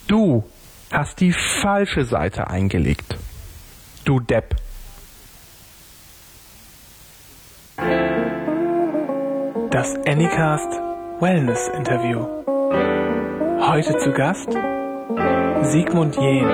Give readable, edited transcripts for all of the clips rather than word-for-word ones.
Du hast die falsche Seite eingelegt. Du Depp. Das Anycast Wellness Interview. Heute zu Gast Sigmund Jähn.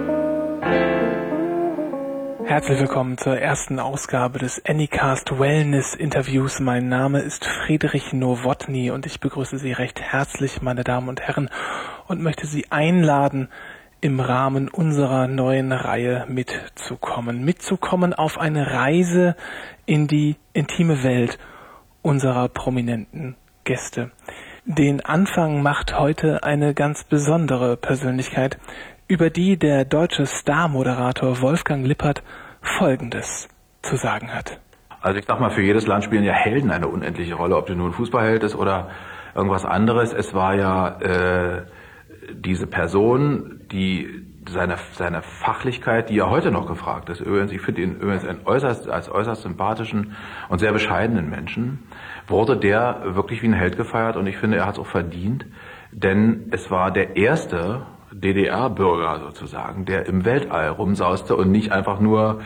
Herzlich willkommen zur ersten Ausgabe des Anycast Wellness Interviews. Mein Name ist Friedrich Nowotny und ich begrüße Sie recht herzlich, meine Damen und Herren, und möchte Sie einladen, im Rahmen unserer neuen Reihe mitzukommen auf eine Reise in die intime Welt unserer prominenten Gäste. Den Anfang macht heute eine ganz besondere Persönlichkeit, über die der deutsche Star-Moderator Wolfgang Lippert Folgendes zu sagen hat. Also ich sag mal, für jedes Land spielen ja Helden eine unendliche Rolle, ob du nun ein Fußballheld ist oder irgendwas anderes. Es war ja diese Person, die seine Fachlichkeit, die ja heute noch gefragt ist. Übrigens, ich finde ihn übrigens als äußerst sympathischen und sehr bescheidenen Menschen, wurde der wirklich wie ein Held gefeiert und ich finde, er hat es auch verdient, denn es war der erste DDR-Bürger sozusagen, der im Weltall rumsauste und nicht einfach nur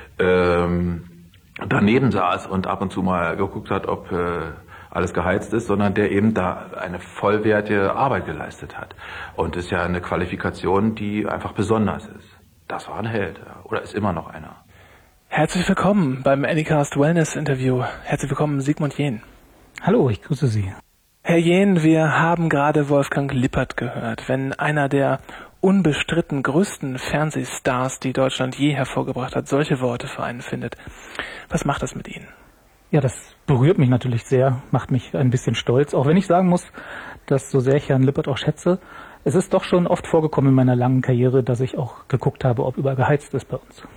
daneben saß und ab und zu mal geguckt hat, ob alles geheizt ist, sondern der eben da eine vollwertige Arbeit geleistet hat. Und das ist ja eine Qualifikation, die einfach besonders ist. Das war ein Held, oder ist immer noch einer. Herzlich willkommen beim Anycast Wellness Interview. Herzlich willkommen, Sigmund Jähn. Hallo, ich grüße Sie. Herr Jähn, wir haben gerade Wolfgang Lippert gehört. Wenn einer der unbestritten größten Fernsehstars, die Deutschland je hervorgebracht hat, solche Worte für einen findet, was macht das mit Ihnen? Ja, das berührt mich natürlich sehr, macht mich ein bisschen stolz, auch wenn ich sagen muss, dass so sehr ich Herrn Lippert auch schätze, es ist doch schon oft vorgekommen in meiner langen Karriere, dass ich auch geguckt habe, ob überall geheizt ist bei uns.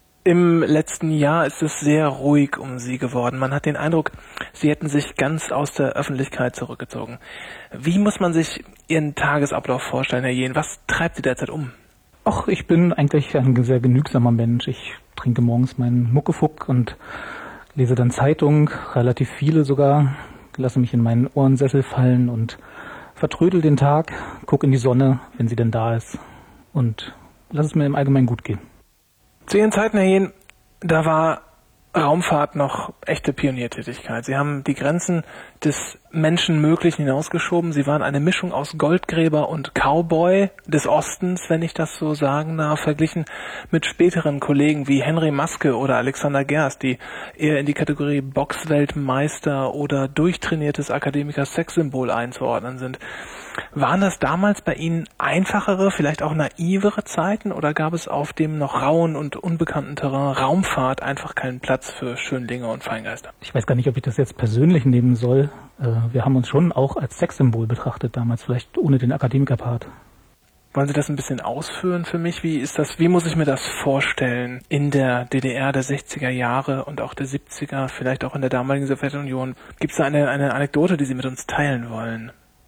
Im letzten Jahr ist es sehr ruhig um Sie geworden. Man hat den Eindruck, Sie hätten sich ganz aus der Öffentlichkeit zurückgezogen. Wie muss man sich Ihren Tagesablauf vorstellen, Herr Jähn? Was treibt Sie derzeit um? Ach, ich bin eigentlich ein sehr genügsamer Mensch. Ich trinke morgens meinen Muckefuck und lese dann Zeitung, relativ viele sogar, lasse mich in meinen Ohrensessel fallen und vertrödel den Tag, gucke in die Sonne, wenn sie denn da ist und lasse es mir im Allgemeinen gut gehen. Zu Ihren Zeiten, Herr Jähn, da war Raumfahrt noch echte Pioniertätigkeit. Sie haben die Grenzen des Menschenmöglichen hinausgeschoben. Sie waren eine Mischung aus Goldgräber und Cowboy des Ostens, wenn ich das so sagen darf, verglichen mit späteren Kollegen wie Henry Maske oder Alexander Gerst, die eher in die Kategorie Boxweltmeister oder durchtrainiertes Akademiker-Sexsymbol einzuordnen sind. Waren das damals bei Ihnen einfachere, vielleicht auch naivere Zeiten oder gab es auf dem noch rauen und unbekannten Terrain Raumfahrt einfach keinen Platz für Schönlinge und Feingeister? Ich weiß gar nicht, ob ich das jetzt persönlich nehmen soll. Wir haben uns schon auch als Sexsymbol betrachtet damals, vielleicht ohne den Akademiker-Part. Wollen Sie das ein bisschen ausführen für mich? Wie muss ich mir das vorstellen in der DDR der 60er Jahre und auch der 70er, vielleicht auch in der damaligen Sowjetunion? Gibt es da eine Anekdote, die Sie mit uns teilen wollen?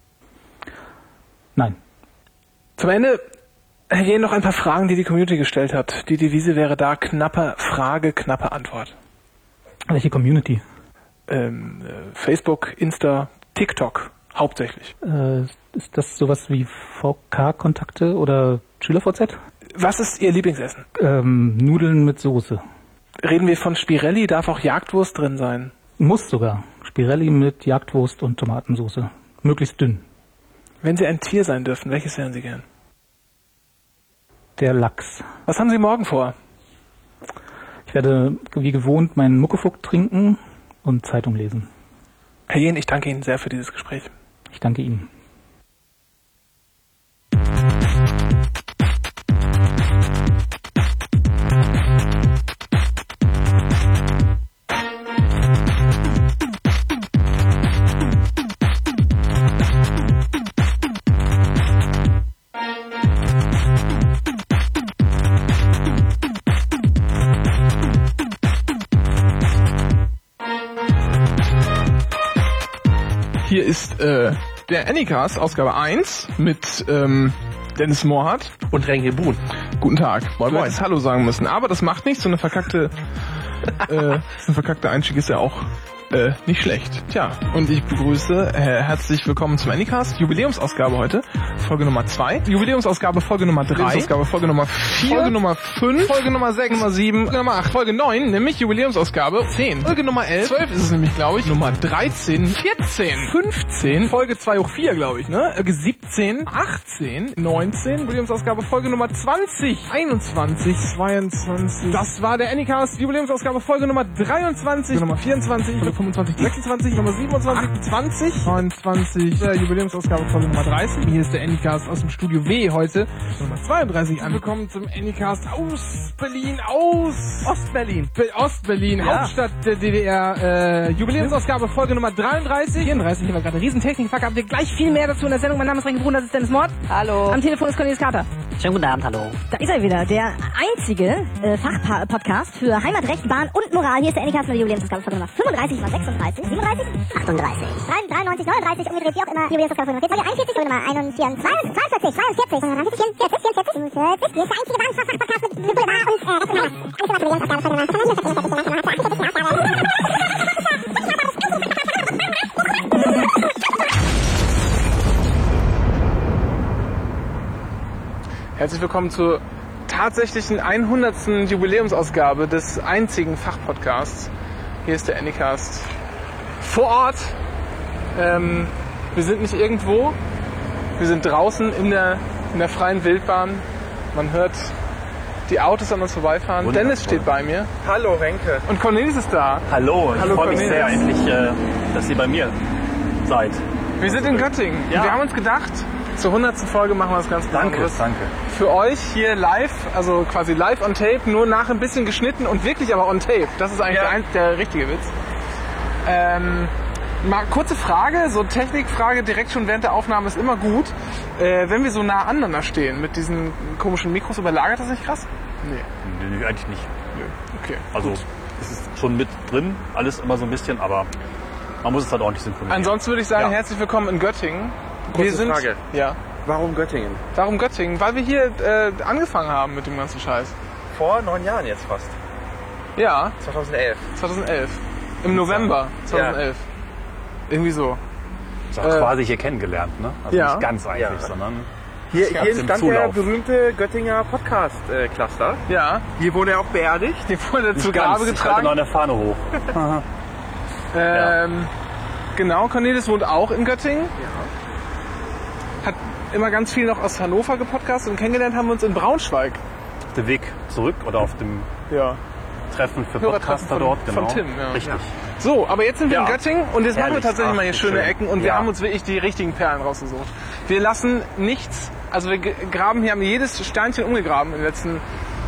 Nein. Zum Ende, Herr Jähn, noch ein paar Fragen, die Community gestellt hat. Die Devise wäre da, knappe Frage, knappe Antwort. Welche Community? Facebook, Insta, TikTok hauptsächlich. Ist das sowas wie VK-Kontakte oder SchülerVZ? Was ist Ihr Lieblingsessen? Nudeln mit Soße. Reden wir von Spirelli, darf auch Jagdwurst drin sein? Muss sogar. Spirelli mit Jagdwurst und Tomatensoße. Möglichst dünn. Wenn Sie ein Tier sein dürften, welches wären Sie gern? Der Lachs. Was haben Sie morgen vor? Ich werde wie gewohnt meinen Muckefuck trinken und Zeitung lesen. Herr Jähn, ich danke Ihnen sehr für dieses Gespräch. Ich danke Ihnen. Hier ist der Anycast, Ausgabe 1 mit Dennis Mohrhardt und Renke Buhn. Guten Tag. Moin, Du moin. hättest Hallo sagen müssen, aber das macht nichts. So eine verkackte Einstieg ist ja auch nicht schlecht. Tja, und ich begrüße herzlich willkommen zum Anycast. Jubiläumsausgabe heute, Folge Nummer 2. Jubiläumsausgabe, Folge Nummer 3. Jubiläumsausgabe, Folge Nummer 4. Folge Nummer 5. Folge Nummer 6. Nummer 7. Folge Nummer 8. Folge 9, nämlich Jubiläumsausgabe 10. Folge Nummer 11. 12 ist es nämlich, glaube ich. Nummer 13. 14. 15. Folge 2 hoch 4, glaube ich, ne? 17. 18. 19. Jubiläumsausgabe, Folge Nummer 20. 21. 22. Das war der Anycast. Jubiläumsausgabe, Folge Nummer 23. Nummer 24. 25, 26, Nummer 27, 20, 29, Jubiläumsausgabe Folge Nummer 30. Hier ist der Anycast aus dem Studio W heute, Nummer 32 angekommen zum Anycast aus Berlin, aus Ostberlin. Ostberlin, ja. Hauptstadt der DDR, Jubiläumsausgabe Folge Nummer 33. 34, hier war gerade Riesentechnik-Fuck, habt ihr gleich viel mehr dazu in der Sendung. Mein Name ist Renke Brun, das ist Dennis Mord. Hallo. Am Telefon ist Cornelis Kater. Schönen guten Abend, hallo. Da ist er wieder, der einzige Fachpodcast für Heimatrecht, Bahn und Moral. Hier ist der Anycast mit der Jubiläumsausgabe Folge Nummer 35, Nummer 36, 37, 38, 93, 39, umgedreht, wie auch immer. Jubiläumsausgabe Folge Nummer 41, Folge Nummer 41, 42, 42, 42, 44, 44, 45, 45. Hier ist der einzige Fachpodcast mit Boulevard und Jubiläumsausgabe Folge Nummer 45. Herzlich willkommen zur tatsächlichen 100. Jubiläumsausgabe des einzigen Fachpodcasts. Hier ist der Anycast vor Ort. Wir sind nicht irgendwo, wir sind draußen in der freien Wildbahn. Man hört die Autos an uns vorbeifahren. Wundervoll. Dennis steht bei mir. Hallo Renke. Und Cornelis ist da. Hallo, ich freue mich sehr, endlich, dass ihr bei mir seid. Wir sind in Göttingen. Ja. Und wir haben uns gedacht, zur 100. Folge machen wir was ganz Besonderes. Danke. Für euch hier live, also quasi live on tape, nur nach ein bisschen geschnitten und wirklich aber on tape. Das ist eigentlich der richtige Witz. Mal kurze Frage, so Technikfrage direkt schon während der Aufnahme ist immer gut. Wenn wir so nah aneinander stehen mit diesen komischen Mikros, überlagert das nicht krass? Nee, eigentlich nicht. Okay. Also es ist schon mit drin, alles immer so ein bisschen, aber man muss es halt ordentlich synchronisieren. Ansonsten würde ich sagen, Ja. herzlich willkommen in Göttingen. Kurze Frage. Ja. Warum Göttingen? Warum Göttingen? Weil wir hier angefangen haben mit dem ganzen Scheiß. Vor 9 Jahren jetzt fast. Ja, 2011. Im November 2011. Irgendwie so. ist auch quasi hier kennengelernt, ne? Also ja. nicht ganz eigentlich, Ja. sondern Hier gab's im entstand der Zulauf. berühmte Göttinger Podcast-Cluster. Ja, Hier wurde er auch beerdigt. die wurde zu nicht ganz. Grabe Ich halte noch getragen. eine Fahne hoch. Genau, Cornelis wohnt auch in Göttingen. Hat immer ganz viel noch aus Hannover gepodcastet und kennengelernt haben wir uns in Braunschweig. Auf dem Weg zurück oder auf dem Ja. Treffen für Hörertreffen Podcaster dort, genau. von Tim, ja. Richtig. So, aber jetzt sind wir in Ja. Göttingen und jetzt machen wir Herrlich. tatsächlich Ach, mal hier wie schöne schön. Ecken und wir Ja. haben uns wirklich die richtigen Perlen rausgesucht. Wir lassen nichts, also wir graben hier, haben jedes Steinchen umgegraben in den letzten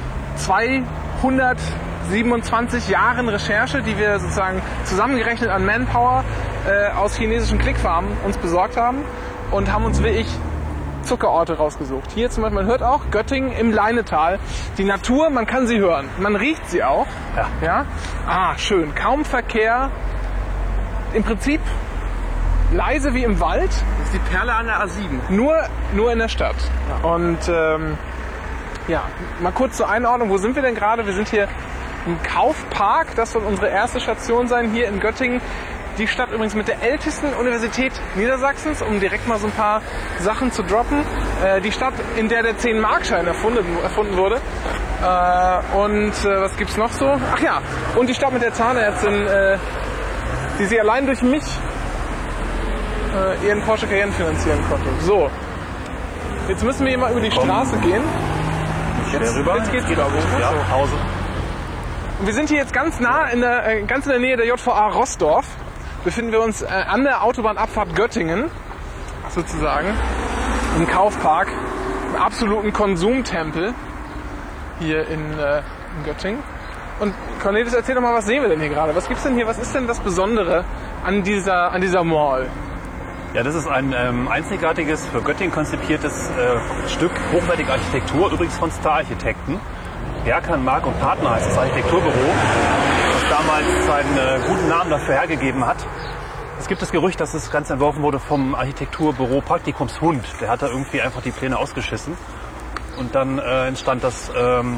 227 Jahren Recherche, die wir sozusagen zusammengerechnet an Manpower aus chinesischen Clickfarmen uns besorgt haben und haben uns wirklich Zuckerorte rausgesucht. Hier zum Beispiel, man hört auch Göttingen im Leinetal. Die Natur, man kann sie hören. Man riecht sie auch. Ja? Ah, schön. Kaum Verkehr. Im Prinzip leise wie im Wald. Das ist die Perle an der A7. Nur in der Stadt. Und ja, mal kurz zur Einordnung. Wo sind wir denn gerade? Wir sind hier im Kaufpark. Das soll unsere erste Station sein hier in Göttingen. Die Stadt übrigens mit der ältesten Universität Niedersachsens, um direkt mal so ein paar Sachen zu droppen. Die Stadt, in der 10-Mark-Schein erfunden wurde. Was gibt's noch so? Ach ja, und die Stadt mit der Zahnärztin, die sie allein durch mich ihren Porsche Cayenne finanzieren konnte. So, jetzt müssen wir hier mal über die Straße gehen. Jetzt geht's wieder hoch. Ja, nach Hause. Und wir sind hier jetzt ganz nah ganz in der Nähe der JVA Rossdorf. Befinden wir uns an der Autobahnabfahrt Göttingen, sozusagen, im Kaufpark, im absoluten Konsumtempel hier in Göttingen. Und Cornelis, erzähl doch mal, was sehen wir denn hier gerade? Was gibt's denn hier? Was ist denn das Besondere an dieser Mall? Ja, das ist ein einzigartiges, für Göttingen konzipiertes Stück hochwertige Architektur, übrigens von Star-Architekten. Berkan, Mark und Partner heißt das Architekturbüro, das damals seinen guten Namen dafür hergegeben hat. Es gibt das Gerücht, dass das Ganze entworfen wurde vom Architekturbüro Praktikumshund. Der hat da irgendwie einfach die Pläne ausgeschissen. Und dann entstand das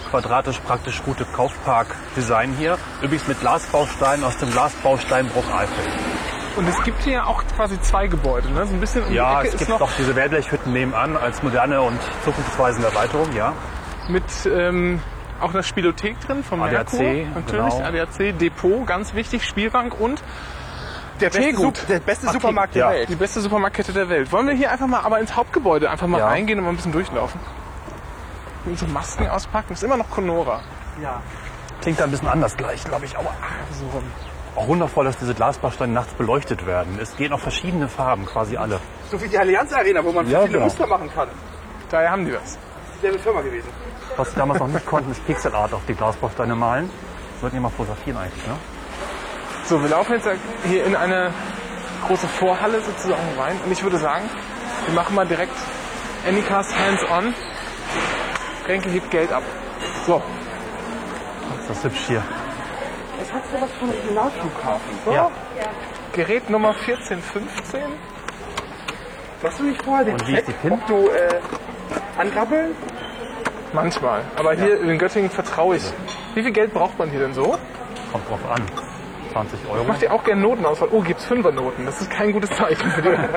quadratisch, praktisch gute Kaufpark-Design hier. Übrigens mit Glasbausteinen aus dem Glasbausteinbruch Eifel. Und es gibt hier auch quasi 2 Gebäude, ne? So ein bisschen um die Ecke es ist gibt noch noch diese Wehrbleichhütten nebenan als moderne und zukunftsweisende Erweiterung, ja. mit auch eine Spielothek drin vom ADAC, Merkur. Natürlich, genau. ADAC, Depot, ganz wichtig, Spielbank und der Teegut. Der beste Supermarkt der Welt. Die beste Supermarktkette der Welt. Wollen wir hier einfach mal aber ins Hauptgebäude einfach mal Ja. reingehen und mal ein bisschen durchlaufen? Unsere Masken auspacken. Ist immer noch Conora. Klingt da ein bisschen anders gleich, glaube ich. Aber So rum. auch wundervoll, dass diese Glasbausteine nachts beleuchtet werden. Es gehen auch verschiedene Farben, quasi alle. So wie die Allianz Arena, wo man Ja, viele genau. Muster machen kann. Daher haben die das. Dieselbe Firma gewesen. Was sie damals noch nicht konnten, ist Pixelart auf die Glasbausteine malen. Sollten die mal fotografieren eigentlich, ne? So, wir laufen jetzt hier in eine große Vorhalle sozusagen rein. Und ich würde sagen, wir machen mal direkt Anycast hands-on. Renke hebt Geld ab. So. Ist das hübsch hier. Das hat sowas von Regionalflughafen. So. Ja. Gerät Nummer 1415. Hast du nicht vorher den Und wie ist Check, die PIN? ob du angrabbeln? Manchmal. Aber hier in Göttingen vertraue ich. Wie viel Geld braucht man hier denn so? Kommt drauf an. 20 Euro. Macht ihr auch gerne Notenauswahl? Oh, gibt's 5er-Noten. Das ist kein gutes Zeichen für dich.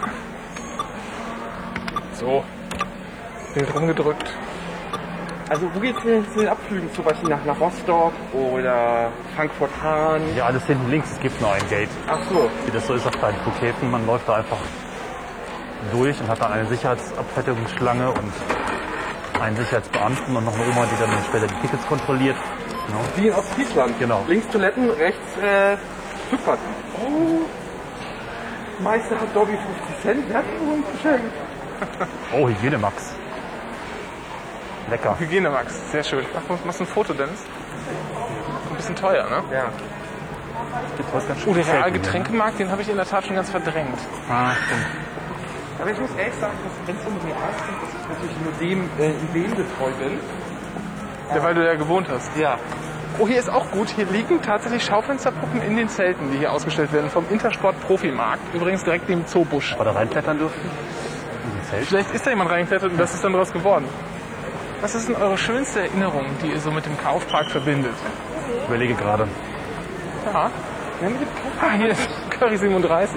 So. Wird rumgedrückt. Also wo geht's denn zu den Abflügen? Zum Beispiel nach Rostock oder Frankfurt-Hahn? Ja, alles hinten links. Es gibt nur ein Gate. Ach so. Wie das so ist auf kleinen Flughäfen. Man läuft da einfach durch und hat dann eine Sicherheitsabfertigungsschlange und einen Sicherheitsbeamten und noch eine Oma, die dann später die Tickets kontrolliert. Genau. Wie in Ostfriesland. Genau. Links Toiletten, rechts Flugfahrt. Oh. Meister hat Dobby 50 Cent. Der hat ein Geschenk. Oh, Hygienemax. Lecker. Hygienemax. Sehr schön. Machst du ein Foto, Dennis? Ein bisschen teuer, ne? Ja. Gibt's was ganz Oh, der Spezielles hier, Realgetränkemarkt, den habe ich in der Tat schon ganz verdrängt. ne? Ah, stimmt. Aber ich muss ehrlich sagen, dass wenn es um Real geht, dass ich natürlich nur dem getreu bin. Ja, weil du ja gewohnt hast. Ja. Oh, hier ist auch gut. Hier liegen tatsächlich Schaufensterpuppen in den Zelten, die hier ausgestellt werden, vom Intersport Profimarkt. Übrigens direkt neben Zoobusch. Aber da reinklettern dürfen? In die Zelt? Vielleicht ist da jemand reingeklettert und das ist dann daraus geworden. Was ist denn eure schönste Erinnerung, die ihr so mit dem Kaufpark verbindet? Ich überlege gerade. Ja. Hier ist Curry 37.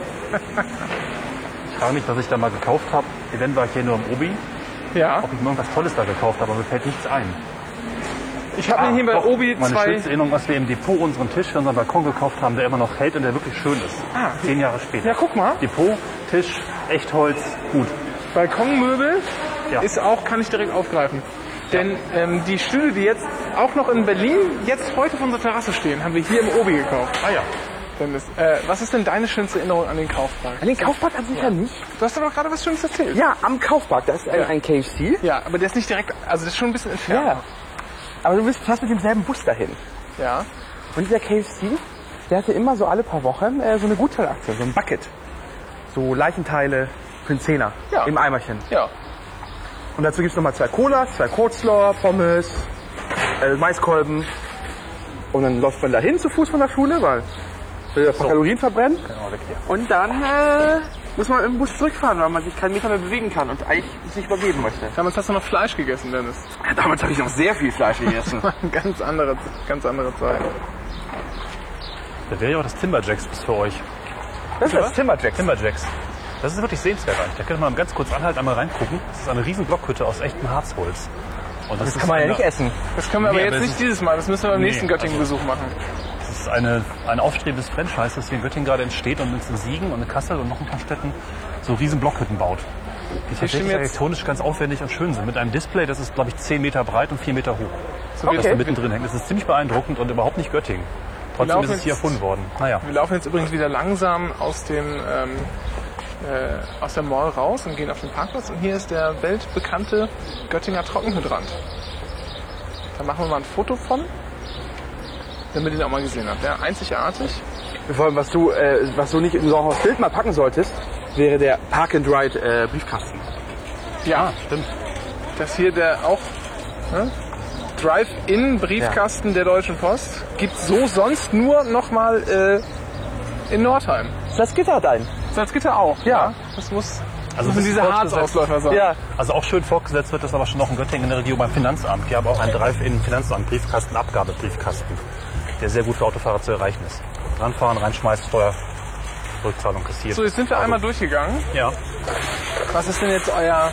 Ich frage mich, was ich da mal gekauft habe. Event war ich hier nur im Obi. Ja. Ob ich mir irgendwas Tolles da gekauft habe, aber mir fällt nichts ein. Ich habe mir hier bei Doch, Obi meine 2... schönste Erinnerung, was wir im Depot unseren Tisch für unseren Balkon gekauft haben, der immer noch hält und der wirklich schön ist. 10 Jahre später. Ja, guck mal. Depot, Tisch, Echtholz, gut. Balkonmöbel Ja. ist auch, kann ich direkt aufgreifen. Denn die Stühle, die jetzt auch noch in Berlin, jetzt heute auf unserer Terrasse stehen, haben wir hier im Obi gekauft. Ah ja. Dennis, was ist denn deine schönste Erinnerung an den Kaufpark? An den Kaufpark an sich ja nicht. Du hast aber gerade was Schönes erzählt. Ja, am Kaufpark. Da ist ein KFC. Ja, aber der ist nicht direkt, also das ist schon ein bisschen entfernt. Ja. Aber du bist fast mit demselben Bus dahin. Ja. Und dieser KFC, der hatte immer so alle paar Wochen so eine Gutteilaktion, so ein Bucket. So Leichenteile für einen Zehner Ja. im Eimerchen. Ja. Und dazu gibt es nochmal 2 Colas, 2 Coleslaw, Pommes, Maiskolben. Und dann läuft man dahin zu Fuß von der Schule, weil will ein paar Kalorien verbrennen. Genau, weg hier. Und dann muss man im Bus zurückfahren, weil man sich keinen Meter mehr bewegen kann und eigentlich sich übergeben möchte. Damals hast du noch Fleisch gegessen, Dennis. Damals habe ich noch sehr viel Fleisch gegessen. ganz andere Zeit. Da wäre ja auch das Timberjacks bis für euch. Das ist das Timberjacks. Timberjacks. Das ist wirklich sehenswert eigentlich. Da könnte man ganz kurz anhalten, einmal reingucken. Das ist eine riesen Blockhütte aus echtem Harzholz. Und Das kann man ja nicht essen. Das können wir aber Nee, jetzt aber nicht es dieses Mal, das müssen wir beim Nee, nächsten Göttingen-Besuch machen. Das ist ein aufstrebendes Franchise, das hier in Göttingen gerade entsteht und in Siegen und in Kassel und noch ein paar Städten so riesen Blockhütten baut. Die tatsächlich stehen wir jetzt- elektronisch ganz aufwendig und schön sind. Mit einem Display, das ist, glaube ich, 10 Meter breit und 4 Meter hoch. So, Das da mittendrin hängt. Das ist ziemlich beeindruckend und überhaupt nicht Göttingen. Trotzdem laufen ist es hier jetzt- erfunden worden. Naja, Wir laufen jetzt übrigens wieder langsam aus der Mall raus und gehen auf den Parkplatz. Und hier ist der weltbekannte Göttinger Trockenhydrant. Da machen wir mal ein Foto von, damit ihr den auch mal gesehen habt. Ja, einzigartig. Vor allem, was du nicht in so ein Bild mal packen solltest, wäre der Park-and-Ride Briefkasten. Ja, stimmt. das hier der auch Drive-In-Briefkasten der Deutschen Post. Gibt so sonst nur nochmal in Nordheim. Salzgitter hat einen. Salzgitter auch. Ja. Das muss... Also das sind diese Harzausläufer sein. Ja. Also auch schön fortgesetzt wird das aber schon noch in Göttingen in der Region beim Finanzamt. Die haben auch einen Drive-in-Finanzamt-Briefkasten, Abgabebriefkasten, der sehr gut für Autofahrer zu erreichen ist. Ranfahren, reinschmeißen, Steuer, Rückzahlung kassiert. So, jetzt sind wir einmal durchgegangen. Ja. Was ist denn jetzt euer...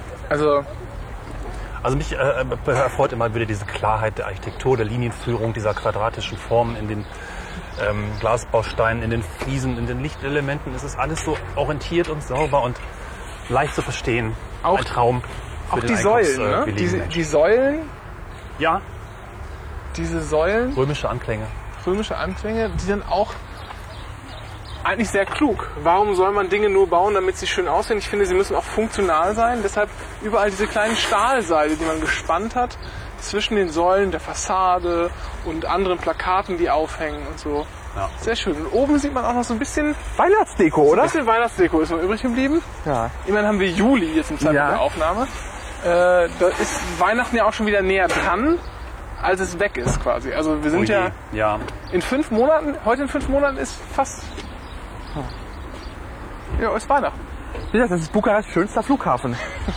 Also mich erfreut immer wieder diese Klarheit der Architektur, der Linienführung, dieser quadratischen Formen in den Glasbausteinen, in den Fliesen, in den Lichtelementen. Es ist alles so orientiert und sauber und leicht zu verstehen. Auch, ein Traum für auch den die Säulen, ne? Die Säulen, Ja, diese Säulen, römische Anklänge. die sind auch eigentlich sehr klug. Warum soll man Dinge nur bauen, damit sie schön aussehen? Ich finde, sie müssen auch funktional sein. Deshalb überall diese kleinen Stahlseile, die man gespannt hat, zwischen den Säulen der Fassade und anderen Plakaten, die aufhängen und so. Ja. Sehr schön. Und oben sieht man auch noch so ein bisschen Weihnachtsdeko, oder? Ein bisschen Weihnachtsdeko ist noch übrig geblieben. Ja. Immerhin haben wir Juli jetzt im Zeitpunkt der Aufnahme. Da ist Weihnachten ja auch schon wieder näher dran, als es weg ist quasi. Also wir sind ja in 5 Monaten, heute in 5 Monaten ist fast... Ja, ist Weihnachten. Wie gesagt, das ist Bukarest schönster Flughafen.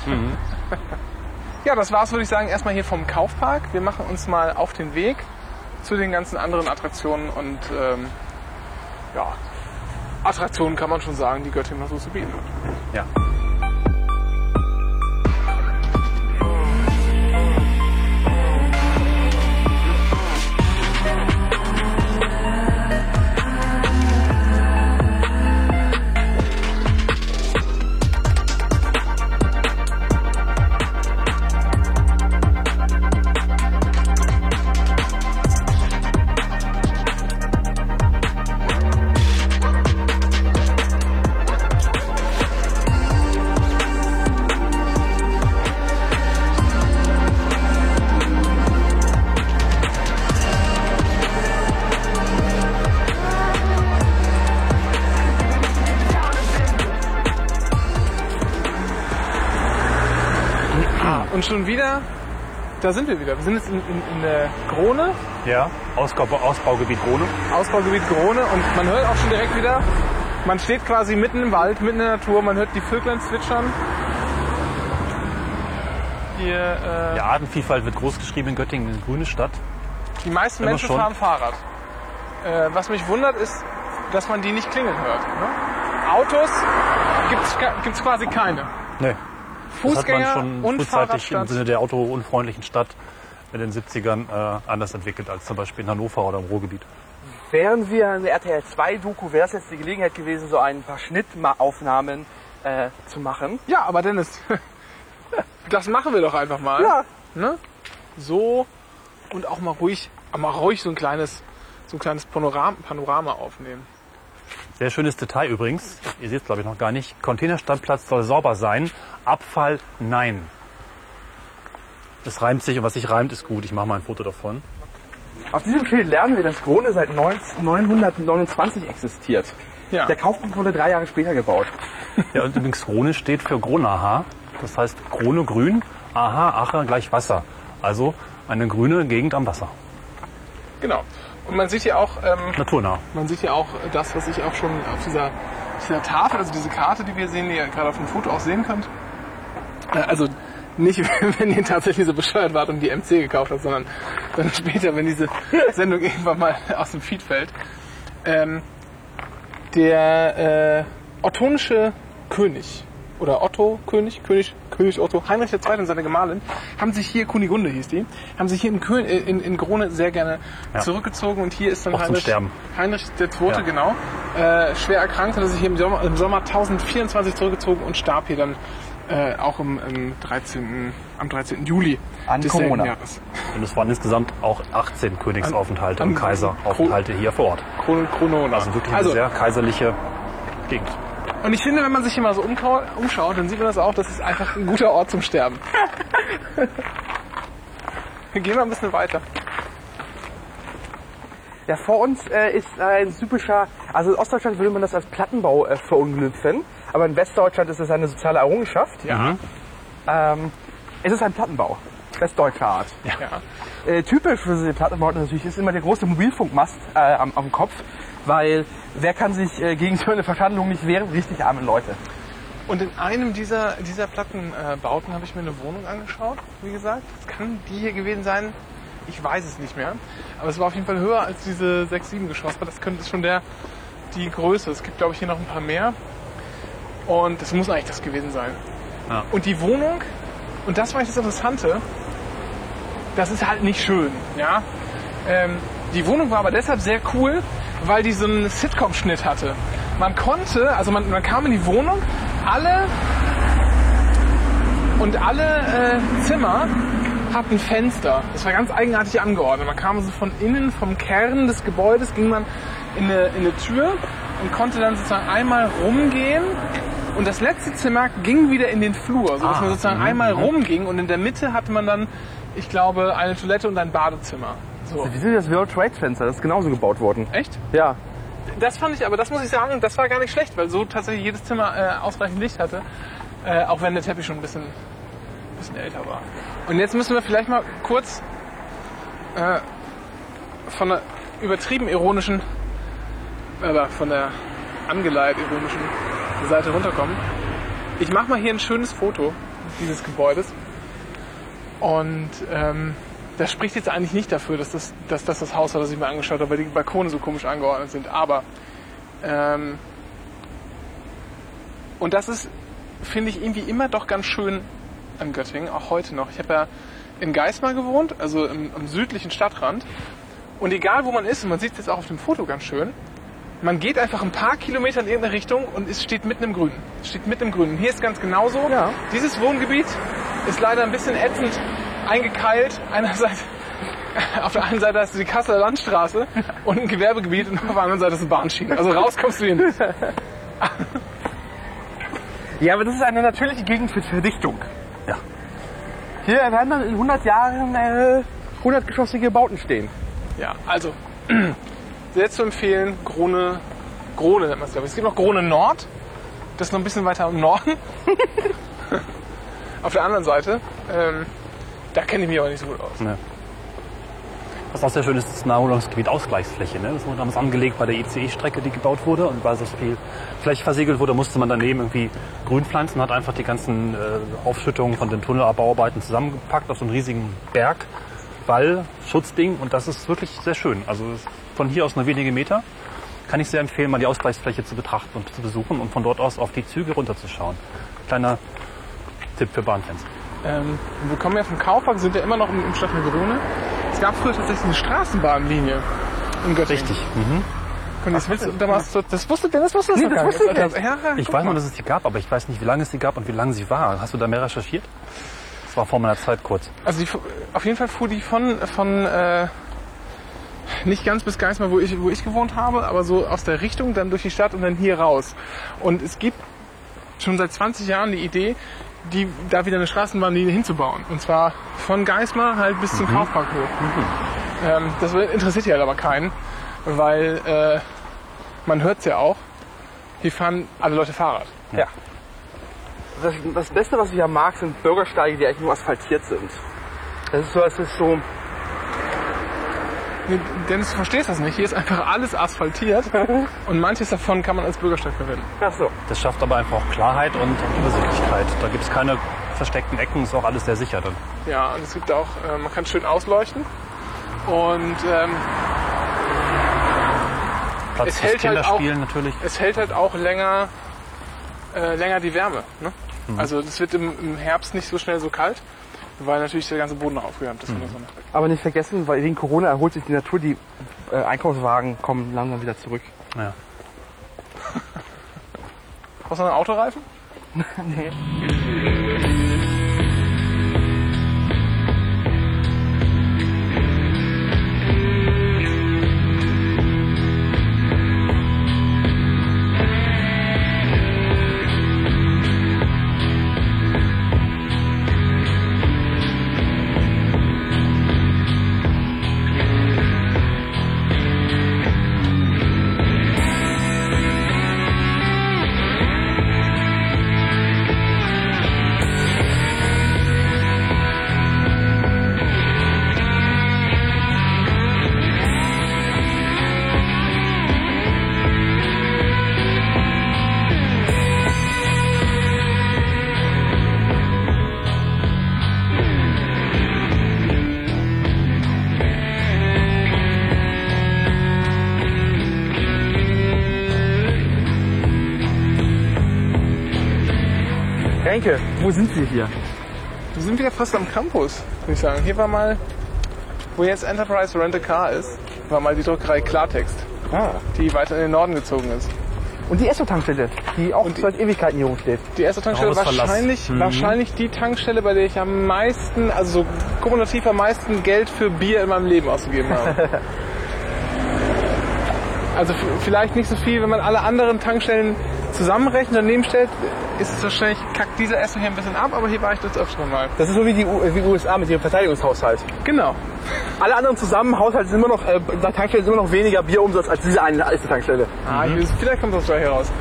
Ja, das war's, würde ich sagen, erstmal hier vom Kaufpark. Wir machen uns mal auf den Weg zu den ganzen anderen Attraktionen und Attraktionen kann man schon sagen, die Göttingen noch so zu bieten hat. Ja. Und schon wieder, da sind wir wieder. Wir sind jetzt in der Grone. Ja, Ausbaugebiet Grone. Ausbaugebiet Grone und man hört auch schon direkt wieder, man steht quasi mitten im Wald, mitten in der Natur, man hört die Vöglein zwitschern. Hier, Die Artenvielfalt wird groß geschrieben in Göttingen, eine grüne Stadt. Die meisten Menschen fahren Fahrrad. Was mich wundert ist, dass man die nicht klingeln hört. Ne? Autos gibt's quasi keine. Nee. Fußgänger das hat man schon und frühzeitig Fahrradstadt. im Sinne der autounfreundlichen Stadt in den 70ern anders entwickelt als zum Beispiel in Hannover oder im Ruhrgebiet. Wären wir in der RTL 2 Doku, wäre es jetzt die Gelegenheit gewesen, so ein paar Schnittaufnahmen zu machen. Ja, aber Dennis, das machen wir doch einfach mal. Ja. Ne? So und auch mal ruhig so ein kleines Panorama aufnehmen. Sehr schönes Detail übrigens, ihr seht es glaube ich noch gar nicht, Containerstandplatz soll sauber sein, Abfall nein. Das reimt sich und was sich reimt ist gut, ich mache mal ein Foto davon. Auf diesem Schild lernen wir, dass Grone seit 929 existiert. Ja. Der Kaufpunkt wurde 3 Jahre später gebaut. Ja, und übrigens Grone steht für Gronaha, das heißt Krone grün, Aha, Ache gleich Wasser. Also eine grüne Gegend am Wasser. Genau. Und man sieht hier auch naturnah. Man sieht hier auch das, was ich auch schon auf dieser Tafel, also diese Karte, die wir sehen, die ihr gerade auf dem Foto auch sehen könnt. Also nicht, wenn ihr tatsächlich so bescheuert wart und die MC gekauft habt, sondern dann später, wenn diese Sendung irgendwann mal aus dem Feed fällt. Der ottonische König oder König Otto, Heinrich II. Und seine Gemahlin, haben sich hier, Kunigunde hieß die, haben sich hier in Grone sehr gerne zurückgezogen und hier ist dann Heinrich II. Genau, schwer erkrankt, hat er sich hier im Sommer 1024 zurückgezogen und starb hier dann auch am 13. Juli des selben Jahres. Und es waren insgesamt auch 18 Königsaufenthalte und Kaiseraufenthalte hier vor Ort. Chronona. Also wirklich eine sehr kaiserliche Gegend. Und ich finde, wenn man sich hier mal so umschaut, dann sieht man das auch, das ist einfach ein guter Ort zum Sterben. Wir gehen mal ein bisschen weiter. Ja, vor uns ist ein typischer, also in Ostdeutschland würde man das als Plattenbau verunglimpfen, aber in Westdeutschland ist es eine soziale Errungenschaft. Ja. Es ist ein Plattenbau, westdeutscher Art. Ja. Typisch für diese Plattenbauten natürlich ist immer der große Mobilfunkmast am Kopf, weil wer kann sich gegen so eine Verschandlung nicht wehren? Richtig arme Leute. Und in einem dieser Plattenbauten habe ich mir eine Wohnung angeschaut, wie gesagt. Das kann die hier gewesen sein. Ich weiß es nicht mehr. Aber es war auf jeden Fall höher als diese 6-7 Geschoss. Das könnte schon die Größe. Es gibt, glaube ich, hier noch ein paar mehr. Und das muss eigentlich das gewesen sein. Ja. Und die Wohnung, und das war eigentlich das Interessante, das ist halt nicht schön. Ja? Die Wohnung war aber deshalb sehr cool, weil die so einen Sitcom-Schnitt hatte. Man konnte, also man kam in die Wohnung, alle Zimmer hatten Fenster. Das war ganz eigenartig angeordnet. Man kam so von innen, vom Kern des Gebäudes, ging man in eine Tür und konnte dann sozusagen einmal rumgehen. Und das letzte Zimmer ging wieder in den Flur, sodass man sozusagen einmal rumging. Und in der Mitte hatte man dann, ich glaube, eine Toilette und ein Badezimmer. So. Wie sind das World Trade Fenster? Das ist genauso gebaut worden. Echt? Ja. Das fand ich, aber das muss ich sagen, das war gar nicht schlecht, weil so tatsächlich jedes Zimmer ausreichend Licht hatte. Auch wenn der Teppich schon ein bisschen älter war. Und jetzt müssen wir vielleicht mal kurz von der übertrieben ironischen, von der angeleiht ironischen Seite runterkommen. Ich mache mal hier ein schönes Foto dieses Gebäudes. Und das spricht jetzt eigentlich nicht dafür, dass das Haus war, das ich mir angeschaut habe, weil die Balkone so komisch angeordnet sind. Aber und das ist, finde ich, irgendwie immer doch ganz schön an Göttingen, auch heute noch. Ich habe ja in Geismar gewohnt, also am südlichen Stadtrand. Und egal wo man ist, und man sieht es jetzt auch auf dem Foto ganz schön, man geht einfach ein paar Kilometer in irgendeine Richtung und es steht mitten im Grünen. Es steht mitten im Grünen. Hier ist ganz genauso. Ja. Dieses Wohngebiet ist leider ein bisschen ätzend eingekeilt. Auf der einen Seite hast du die Kasseler Landstraße und ein Gewerbegebiet und auf der anderen Seite ist eine Bahnschiene. Also raus kommst du hier nicht. Ja, aber das ist eine natürliche Gegend für Verdichtung. Ja. Hier werden dann in 100 Jahren 100-geschossige Bauten stehen. Ja, also sehr zu empfehlen, Grone nennt man es, glaube ich. Es gibt noch Grone Nord, das ist noch ein bisschen weiter im Norden. Auf der anderen Seite, da kenne ich mich aber nicht so gut aus. Ne. Was auch sehr schön ist, das Naherholungsgebiet Ausgleichsfläche. Ne? Das wurde damals angelegt bei der ICE-Strecke, die gebaut wurde. Und weil so viel Fläche versiegelt wurde, musste man daneben irgendwie Grün pflanzen. Hat einfach die ganzen Aufschüttungen von den Tunnelbauarbeiten zusammengepackt auf so einen riesigen Berg, Wall, Schutzding. Und das ist wirklich sehr schön. Also von hier aus nur wenige Meter kann ich sehr empfehlen, mal die Ausgleichsfläche zu betrachten und zu besuchen und von dort aus auf die Züge runterzuschauen. Kleiner Tipp für Bahnfans. Wir kommen ja vom Kaufhaus, sind ja immer noch im Stadtteil Grune. Es gab früher tatsächlich eine Straßenbahnlinie in Göttingen. Richtig. Mhm. Und das wusste Dennis, das noch gar nicht. Ich weiß nur, dass es die gab, aber ich weiß nicht, wie lange es die gab und wie lange sie war. Hast du da mehr recherchiert? Das war vor meiner Zeit kurz. Also auf jeden Fall fuhr die von nicht ganz bis Geismar, wo ich gewohnt habe, aber so aus der Richtung dann durch die Stadt und dann hier raus. Und es gibt schon seit 20 Jahren die Idee, da wieder eine Straßenbahnlinie hinzubauen. Und zwar von Geismar halt bis zum Kaufpark hoch. Das interessiert ja aber keinen, weil man hört es ja auch, hier fahren alle Leute Fahrrad. Ja. Das Beste, was ich ja mag, sind Bürgersteige, die eigentlich nur asphaltiert sind. Das ist so... Dennis, du verstehst das nicht. Hier ist einfach alles asphaltiert und manches davon kann man als Bürgersteig verwenden. Ach so. Das schafft aber einfach auch Klarheit und Übersichtlichkeit. Da gibt es keine versteckten Ecken, ist auch alles sehr sicher dann. Ja, und es gibt auch, man kann schön ausleuchten und Platz es fürs hält Kinderspielen halt auch, natürlich. Es hält halt auch länger die Wärme. Ne? Also es wird im Herbst nicht so schnell so kalt, weil natürlich der ganze Boden noch aufgewärmt ist von der Sonne. Aber nicht vergessen, weil wegen Corona erholt sich die Natur, die Einkaufswagen kommen langsam wieder zurück. Ja. Brauchst du noch einen Autoreifen? Nee. Renke, wo sind wir hier? Wir sind wieder fast am Campus, würde ich sagen. Hier war mal, wo jetzt Enterprise Rent a Car ist, war mal die Druckerei Klartext, die weiter in den Norden gezogen ist. Und die Esso-Tankstelle, die auch seit Ewigkeiten hier rumsteht. Die Esso-Tankstelle wahrscheinlich die Tankstelle, bei der ich am meisten, also so kumulativ am meisten Geld für Bier in meinem Leben ausgegeben habe. Also vielleicht nicht so viel, wenn man alle anderen Tankstellen zusammenrechnet und daneben stellt, ist es wahrscheinlich, kackt dieser Esso hier ein bisschen ab, aber hier war ich das öfter mal. Das ist so wie die USA mit ihrem Verteidigungshaushalt. Genau. Alle anderen zusammen, Haushalte sind immer noch, Tankstellen sind immer noch weniger Bierumsatz als diese eine Tankstelle. Vielleicht kommt das gleich heraus.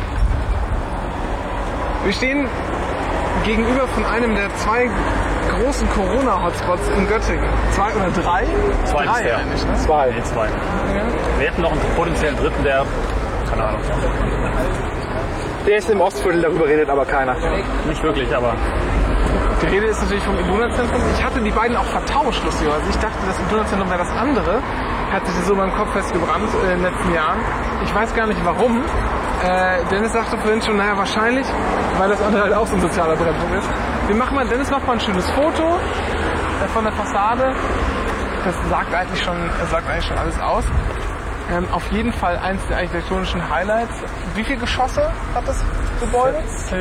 Wir stehen gegenüber von einem der 2 großen Corona-Hotspots in Göttingen. 2 oder 3? 2 ist der. Eigentlich, ne? 2. Nee, 2. Ja. Wir hätten noch einen potenziellen dritten, der, keine Ahnung. Der ist im Ostviertel, darüber redet aber keiner. Nicht wirklich, aber... Die Rede ist natürlich vom Iduna-Zentrum. Ich hatte die beiden auch vertauscht, lustigerweise. Ich dachte, das Iduna-Zentrum wäre das andere. Hat sich so in meinem Kopf festgebrannt in den letzten Jahren. Ich weiß gar nicht warum. Dennis sagte vorhin schon, naja, wahrscheinlich, weil das andere halt auch so ein sozialer Brennpunkt ist. Dennis macht mal ein schönes Foto von der Fassade. Das sagt eigentlich schon alles aus. Auf jeden Fall eins der architektonischen Highlights. Wie viele Geschosse hat das Gebäude?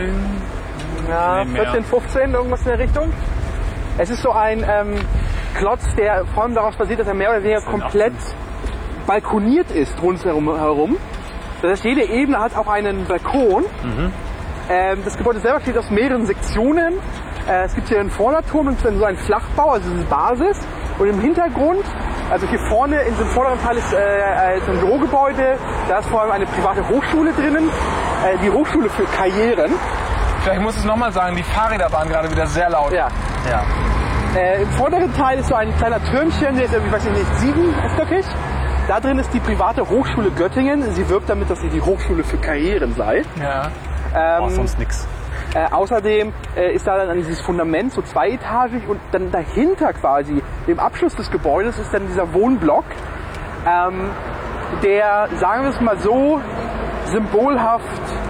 14, 15, irgendwas in der Richtung. Es ist so ein Klotz, der vor allem darauf basiert, dass er mehr oder weniger komplett balkoniert ist rundherum. Das heißt, jede Ebene hat auch einen Balkon. Das Gebäude selber besteht aus mehreren Sektionen. Es gibt hier einen Vorderturm und so einen Flachbau, also eine Basis. Und im Hintergrund, also hier vorne in dem vorderen Teil ist ein Bürogebäude. Da ist vor allem eine private Hochschule drinnen. Die Hochschule für Karrieren. Vielleicht muss ich es nochmal sagen, die Fahrräder waren gerade wieder sehr laut. Ja. Im vorderen Teil ist so ein kleiner Türmchen, der ist irgendwie, weiß ich nicht, 7-stöckig. Da drin ist die private Hochschule Göttingen. Sie wirbt damit, dass sie die Hochschule für Karrieren sei. Ja. Sonst nix. Außerdem ist da dann dieses Fundament so zweietagig und dann dahinter quasi, im Abschluss des Gebäudes, ist dann dieser Wohnblock, der, sagen wir es mal so, symbolhaft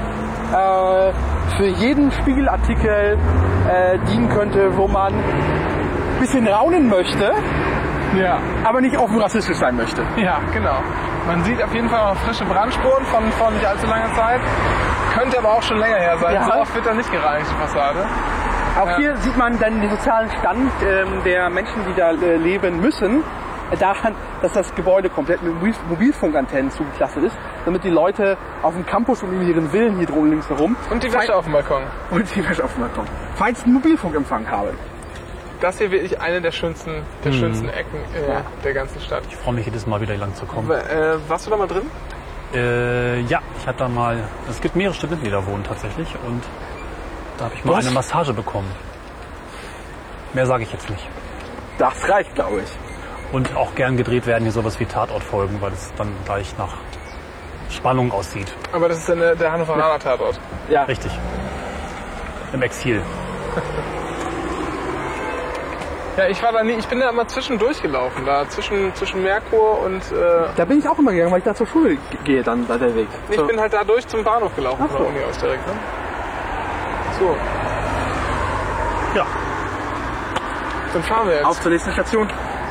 für jeden Spiegelartikel dienen könnte, wo man ein bisschen raunen möchte, aber nicht offen rassistisch sein möchte. Ja, genau. Man sieht auf jeden Fall noch frische Brandspuren von nicht allzu langer Zeit. Könnte aber auch schon länger her sein. Ja. So oft wird da nicht gereinigt, die Fassade. Auch hier sieht man dann den sozialen Stand der Menschen, die da leben müssen, daran, dass das Gebäude komplett mit Mobilfunkantennen zugeklassert ist, damit die Leute auf dem Campus und in ihren Villen hier drunten links herum und die Wäsche auf dem Balkon. Feinsten Mobilfunkempfang haben. Das hier wirklich eine der schönsten Ecken der ganzen Stadt. Ich freue mich jedes Mal wieder hier lang zu kommen. Warst du da mal drin? Ja, ich hatte da mal, es gibt mehrere Studenten, die da wohnen tatsächlich und da habe ich mal eine Massage bekommen. Mehr sage ich jetzt nicht. Das reicht, glaube ich. Und auch gern gedreht werden hier sowas wie Tatortfolgen, weil es dann gleich nach Spannung aussieht. Aber das ist dann der Hannoveraner Tatort. Ja. Richtig. Im Exil. Ja, ich war da nie, ich bin da immer zwischendurch gelaufen, da zwischen Merkur und... Da bin ich auch immer gegangen, weil ich da zur Schule gehe, dann da der Weg. Ich bin halt da durch zum Bahnhof gelaufen, von der Uni aus direkt. Ne? So. Ja. Dann fahren wir jetzt. Auf zur nächsten Station.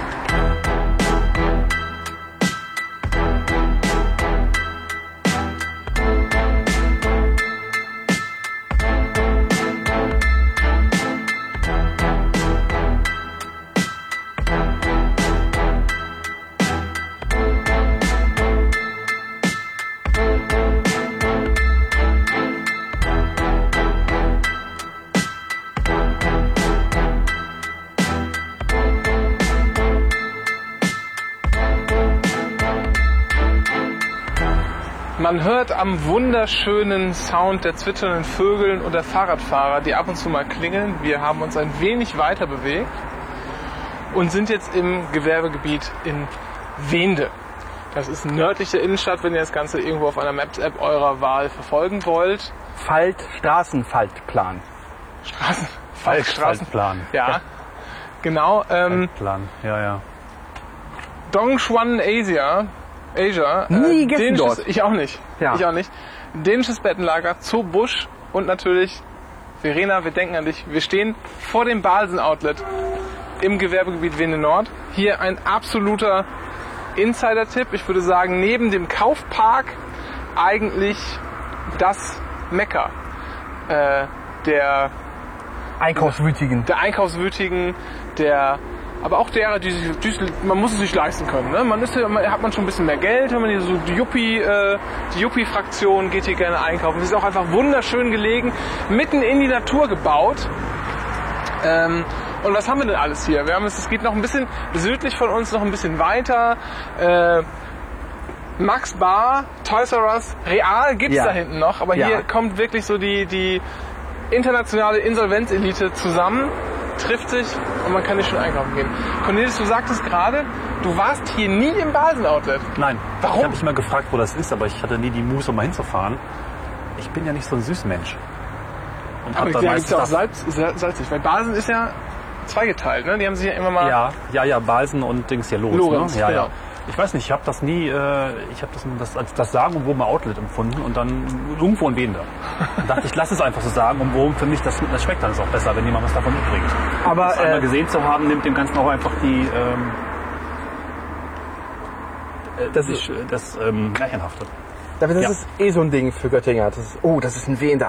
Man hört am wunderschönen Sound der zwitschernden Vögeln und der Fahrradfahrer, die ab und zu mal klingeln. Wir haben uns ein wenig weiter bewegt und sind jetzt im Gewerbegebiet in Weende. Das ist nördlich der Innenstadt, wenn ihr das Ganze irgendwo auf einer Maps-App eurer Wahl verfolgen wollt. Straßenfaltplan. Faltplan. Ja, genau. Faltplan, ja. Dongchuan Asia. Nie gegessen dort. Ich auch nicht. Ja. Ich auch nicht. Dänisches Bettenlager, Zoo Busch und natürlich Verena, wir denken an dich. Wir stehen vor dem Balsen-Outlet im Gewerbegebiet Weende Nord. Hier ein absoluter Insider-Tipp. Ich würde sagen, neben dem Kaufpark eigentlich das Mekka der Einkaufswütigen. Aber auch derer, die man muss es sich leisten können. Ne? Hat man schon ein bisschen mehr Geld, wenn man hier so die Yuppie-Fraktion geht hier gerne einkaufen. Es ist auch einfach wunderschön gelegen, mitten in die Natur gebaut. Und was haben wir denn alles hier? Es geht noch ein bisschen südlich von uns, noch ein bisschen weiter. Max Bar, Toys R Us, Real gibt's da hinten noch, aber hier kommt wirklich so die internationale Insolvenzelite zusammen, trifft sich und man kann nicht schon einkaufen gehen. Cornelis, du sagtest gerade, du warst hier nie im Balsen-Outlet. Nein. Warum? Ich habe mich mal gefragt, wo das ist, aber ich hatte nie die Muße, um mal hinzufahren. Ich bin ja nicht so ein Süßmensch. Und aber da gibt's ja auch salzig, weil Balsen ist ja zweigeteilt, ne? Die haben sich ja immer mal... Ja, Balsen und Dings hier Lorenz, ne? Ja, genau. ja. Ich weiß nicht, ich habe das nie, ich habe das Sagen und Worum Outlet empfunden und dann irgendwo in Weende. Und dachte ich, lass es einfach so sagen und Worum für mich, das schmeckt dann auch besser, wenn jemand was davon mitbringt. Aber das einmal gesehen zu haben, nimmt dem Ganzen auch einfach das Märchenhafte. Das ist eh so ein Ding für Göttinger. Das ist ein Weende.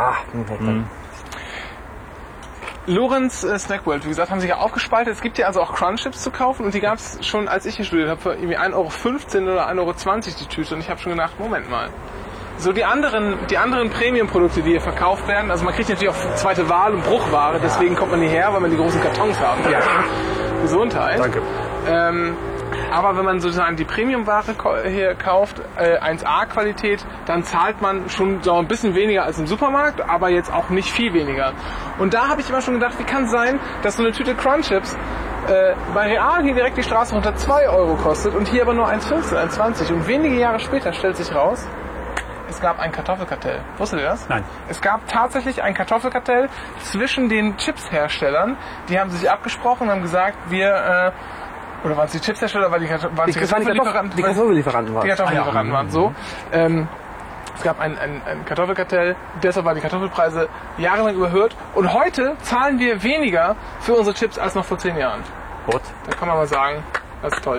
Lorenz Snack World, wie gesagt, haben sich ja aufgespaltet. Es gibt ja also auch Crunchips zu kaufen und die gab es schon, als ich hier studiert habe, für irgendwie 1,15 € oder 1,20 € die Tüte. Und ich habe schon gedacht, Moment mal. So die anderen Premium-Produkte, die hier verkauft werden, also man kriegt natürlich auch zweite Wahl und Bruchware, deswegen kommt man hierher, weil man die großen Kartons haben. Ja. Gesundheit. Danke. Aber wenn man sozusagen die Premium-Ware hier kauft, 1A-Qualität, dann zahlt man schon so ein bisschen weniger als im Supermarkt, aber jetzt auch nicht viel weniger. Und da habe ich immer schon gedacht, wie kann es sein, dass so eine Tüte Crunchips bei Real hier direkt die Straße runter 2 € kostet und hier aber nur 1,15, 1,20. Und wenige Jahre später stellt sich raus, es gab ein Kartoffelkartell. Wusstet ihr das? Nein. Es gab tatsächlich ein Kartoffelkartell zwischen den Chipsherstellern. Die haben sich abgesprochen und haben gesagt, oder waren es die Chipshersteller, waren die Kartoffellieferanten? Die Kartoffellieferanten waren. Die Kartoffellieferanten waren so. Es gab ein Kartoffelkartell, deshalb waren die Kartoffelpreise jahrelang überhöht. Und heute zahlen wir weniger für unsere Chips als noch vor 10 Jahren. What? Da kann man mal sagen, das ist toll.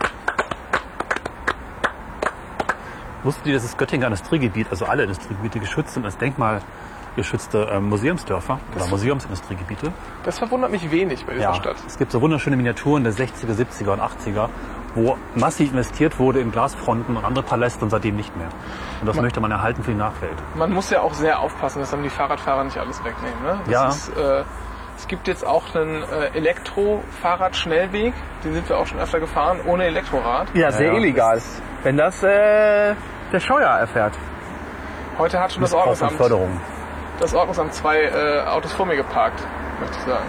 Wusstet ihr, dass das Göttinger Industriegebiet, also alle Industriegebiete geschützt sind als denkmalgeschützte Museumsdörfer oder Museumsindustriegebiete? Das verwundert mich wenig bei dieser Stadt. Es gibt so wunderschöne Miniaturen der 60er, 70er und 80er, wo massiv investiert wurde in Glasfronten und andere Paläste und seitdem nicht mehr. Und das möchte man erhalten für die Nachwelt. Man muss ja auch sehr aufpassen, dass dann die Fahrradfahrer nicht alles wegnehmen. Ne? Es gibt jetzt auch einen Elektro-Fahrradschnellweg, den sind wir auch schon öfter gefahren, ohne Elektrorad. Ja, sehr illegal. Wenn das der Scheuer erfährt. Heute hat schon das Ordnungsamt 2 Autos vor mir geparkt, möchte ich sagen.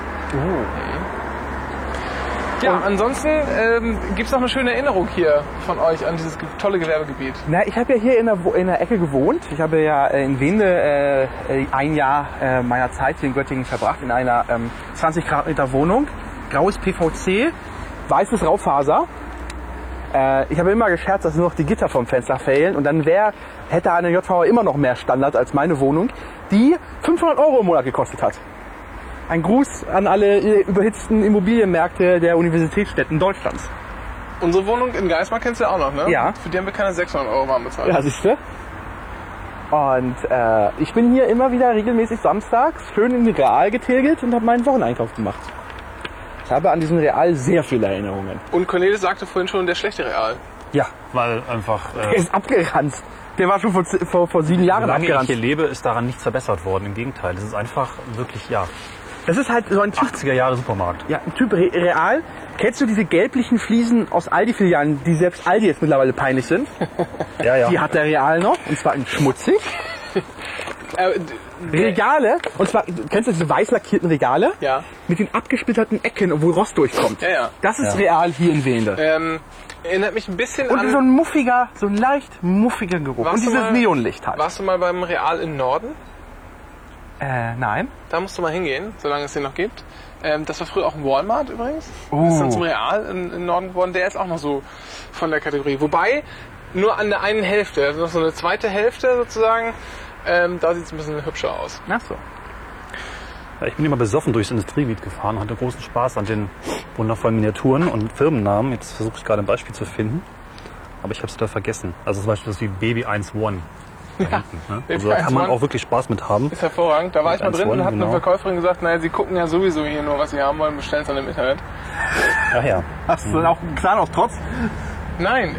Ja, ansonsten gibt es noch eine schöne Erinnerung hier von euch an dieses tolle Gewerbegebiet. Na, ich habe ja hier in der Ecke gewohnt. Ich habe ja in Weende ein Jahr meiner Zeit hier in Göttingen verbracht, in einer 20 Quadratmeter Wohnung, graues PVC, weißes Raufaser. Ich habe immer gescherzt, dass nur noch die Gitter vom Fenster fehlen und dann hätte eine JVA immer noch mehr Standard als meine Wohnung, die 500 € im Monat gekostet hat. Ein Gruß an alle überhitzten Immobilienmärkte der Universitätsstädten Deutschlands. Unsere Wohnung in Geismar kennst du ja auch noch, ne? Ja. Für die haben wir keine 600 € warm bezahlt. Ja, siehst du? Und ich bin hier immer wieder regelmäßig samstags schön in den Real getilgt und habe meinen Wocheneinkauf gemacht. Ich habe an diesen Real sehr viele Erinnerungen. Und Cornelis sagte vorhin schon, der schlechte Real. Ja. Weil einfach... Der ist abgeranzt. Der war schon vor 7 Jahren abgeranzt. Solange ich hier lebe, ist daran nichts verbessert worden. Im Gegenteil, es ist einfach wirklich, Das ist halt so ein Typ... 80er Jahre Supermarkt. Ja, ein Typ Real. Kennst du diese gelblichen Fliesen aus Aldi-Filialen, die selbst Aldi jetzt mittlerweile peinlich sind? Ja. Die hat der Real noch. Und zwar in schmutzig. Regale, und zwar, kennst du diese weiß lackierten Regale? Ja. Mit den abgesplitterten Ecken, wo Rost durchkommt. Ja. Das ist Real hier in Weende. Erinnert mich ein bisschen an... Und so ein leicht muffiger Geruch. Und dieses Neonlicht halt. Warst du mal beim Real im Norden? Nein. Da musst du mal hingehen, solange es den noch gibt. Das war früher auch ein Walmart übrigens. Oh. Das ist dann zum Real im Norden geworden. Der ist auch noch so von der Kategorie. Wobei, nur an der einen Hälfte. Also noch so eine zweite Hälfte sozusagen. Da sieht es ein bisschen hübscher aus. Ach so. Ja, ich bin immer besoffen durchs Industriegebiet gefahren und hatte großen Spaß an den wundervollen Miniaturen und Firmennamen. Jetzt versuche ich gerade ein Beispiel zu finden, aber ich habe es da vergessen. Also zum Beispiel das wie Baby 1 One. Ja, ne? Also da kann man auch wirklich Spaß mit haben. Ist hervorragend. Da war ich mal drin und hat eine genau. Verkäuferin gesagt, naja, Sie gucken ja sowieso hier nur, was Sie haben wollen, bestellen es dann im Internet. Ach ja. Hast du dann auch einen Plan aus Trotz? Nein,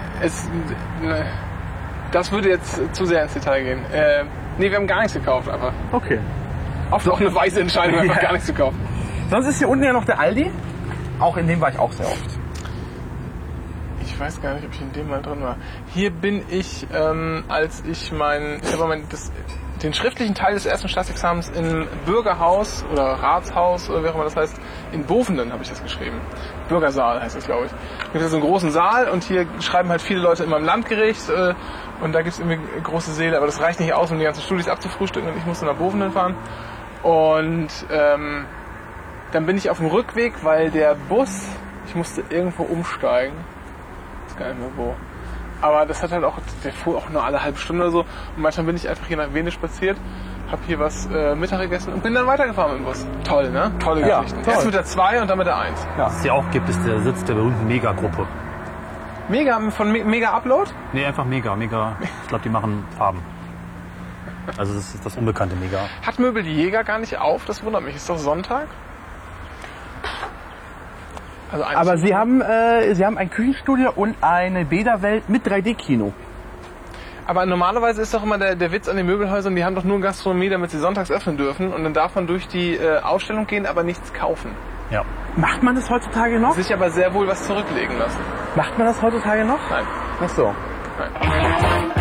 das würde jetzt zu sehr ins Detail gehen. Nee, wir haben gar nichts gekauft einfach. Okay. Oft auch eine weise Entscheidung, einfach gar nichts zu kaufen. Sonst ist hier unten ja noch der Aldi. Auch in dem war ich auch sehr oft. Ich weiß gar nicht, ob ich in dem mal drin war. Hier bin ich, als ich den schriftlichen Teil des ersten Staatsexamens im Bürgerhaus oder Ratshaus oder wie auch immer das heißt, in Bovenden habe ich das geschrieben. Bürgersaal heißt das, glaube ich. Da gibt es so einen großen Saal und hier schreiben halt viele Leute immer im Landgericht und da gibt es irgendwie große Säle, aber das reicht nicht aus, um die ganzen Studis abzufrühstücken und ich musste nach Bovenden fahren. Und dann bin ich auf dem Rückweg, weil der Bus, ich musste irgendwo umsteigen. Ich weiß gar nicht mehr wo. Aber das hat halt auch, der fuhr auch nur alle halbe Stunde oder so. Und manchmal bin ich einfach hier nach Vene spaziert, habe hier was Mittag gegessen und bin dann weitergefahren mit dem Bus. Toll, ne? Tolle Geschichten. Toll. Erst mit der 2 und dann mit der 1. Was es hier auch gibt, ist der Sitz der berühmten Mega-Gruppe. Mega, von Mega Upload? Nee, einfach Mega. Ich glaube, die machen Farben. Also das ist das unbekannte Mega. Hat Möbel die Jäger gar nicht auf? Das wundert mich. Ist doch Sonntag? Also Aber Sie haben ein Küchenstudio und eine Bäderwelt mit 3D-Kino. Aber normalerweise ist doch immer der Witz an den Möbelhäusern, die haben doch nur Gastronomie, damit sie sonntags öffnen dürfen. Und dann darf man durch die Ausstellung gehen, aber nichts kaufen. Ja. Macht man das heutzutage noch? Sich aber sehr wohl was zurücklegen lassen. Macht man das heutzutage noch? Nein. Ach so. Nein.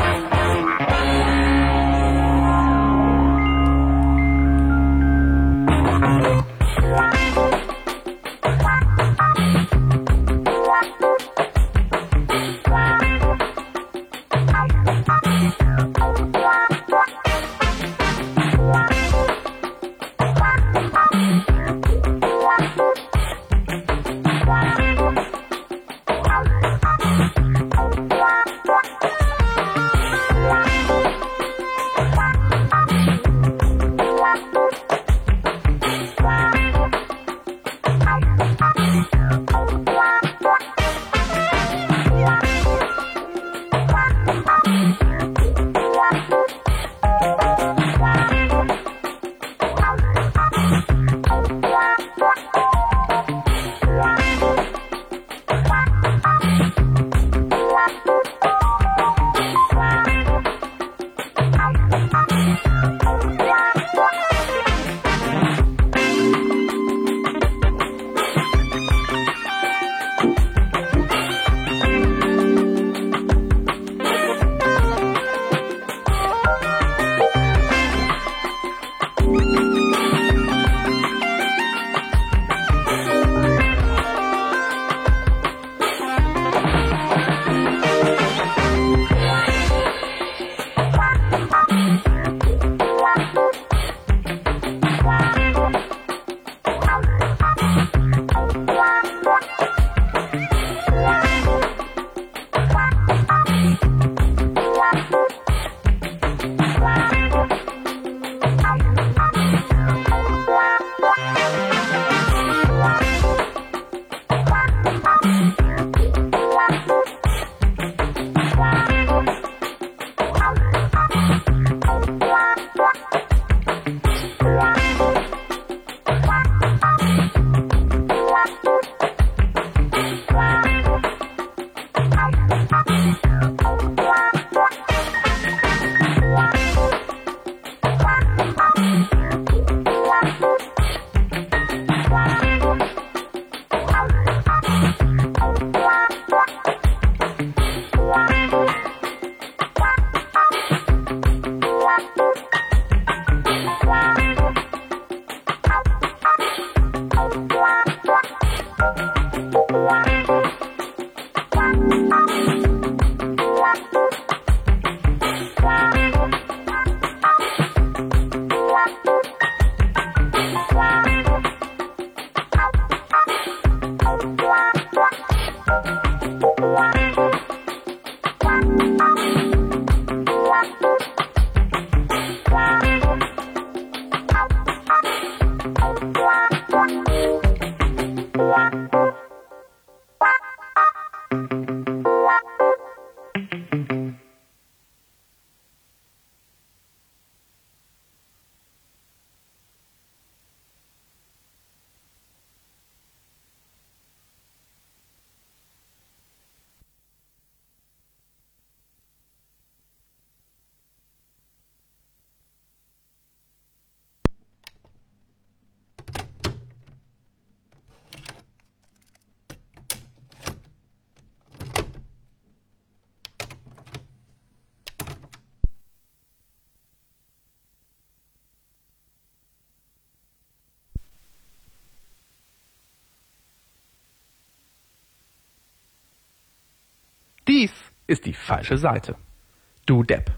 Dies ist die falsche Seite. Du Depp.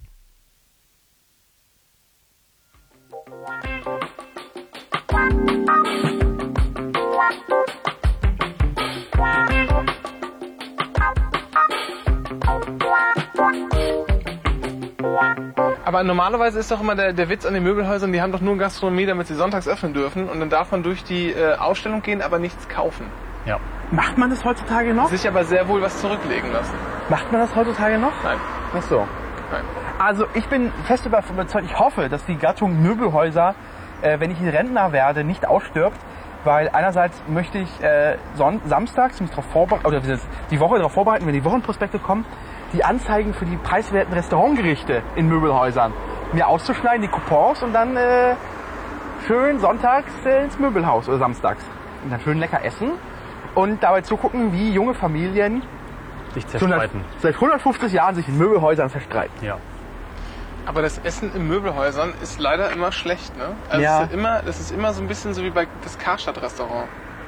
Aber normalerweise ist doch immer der Witz an den Möbelhäusern, die haben doch nur Gastronomie, damit sie sonntags öffnen dürfen. Und dann darf man durch die Ausstellung gehen, aber nichts kaufen. Ja. Macht man das heutzutage noch? Sich aber sehr wohl was zurücklegen lassen. Macht man das heutzutage noch? Nein. Ach so. Nein. Also ich bin fest überzeugt, ich hoffe, dass die Gattung Möbelhäuser, wenn ich Rentner werde, nicht ausstirbt. Weil einerseits möchte ich samstags mich darauf vorbereiten, oder die Woche darauf vorbereiten, wenn die Wochenprospekte kommen, die Anzeigen für die preiswerten Restaurantgerichte in Möbelhäusern mir auszuschneiden, die Coupons und dann schön sonntags ins Möbelhaus oder samstags. Und dann schön lecker essen und dabei zugucken, wie junge Familien Sich zerstreiten. seit 150 Jahren sich in Möbelhäusern zerstreiten. Ja. Aber das Essen in Möbelhäusern ist leider immer schlecht, ne? Also Ja. das ist immer so ein bisschen so wie bei das Karstadt-Restaurant.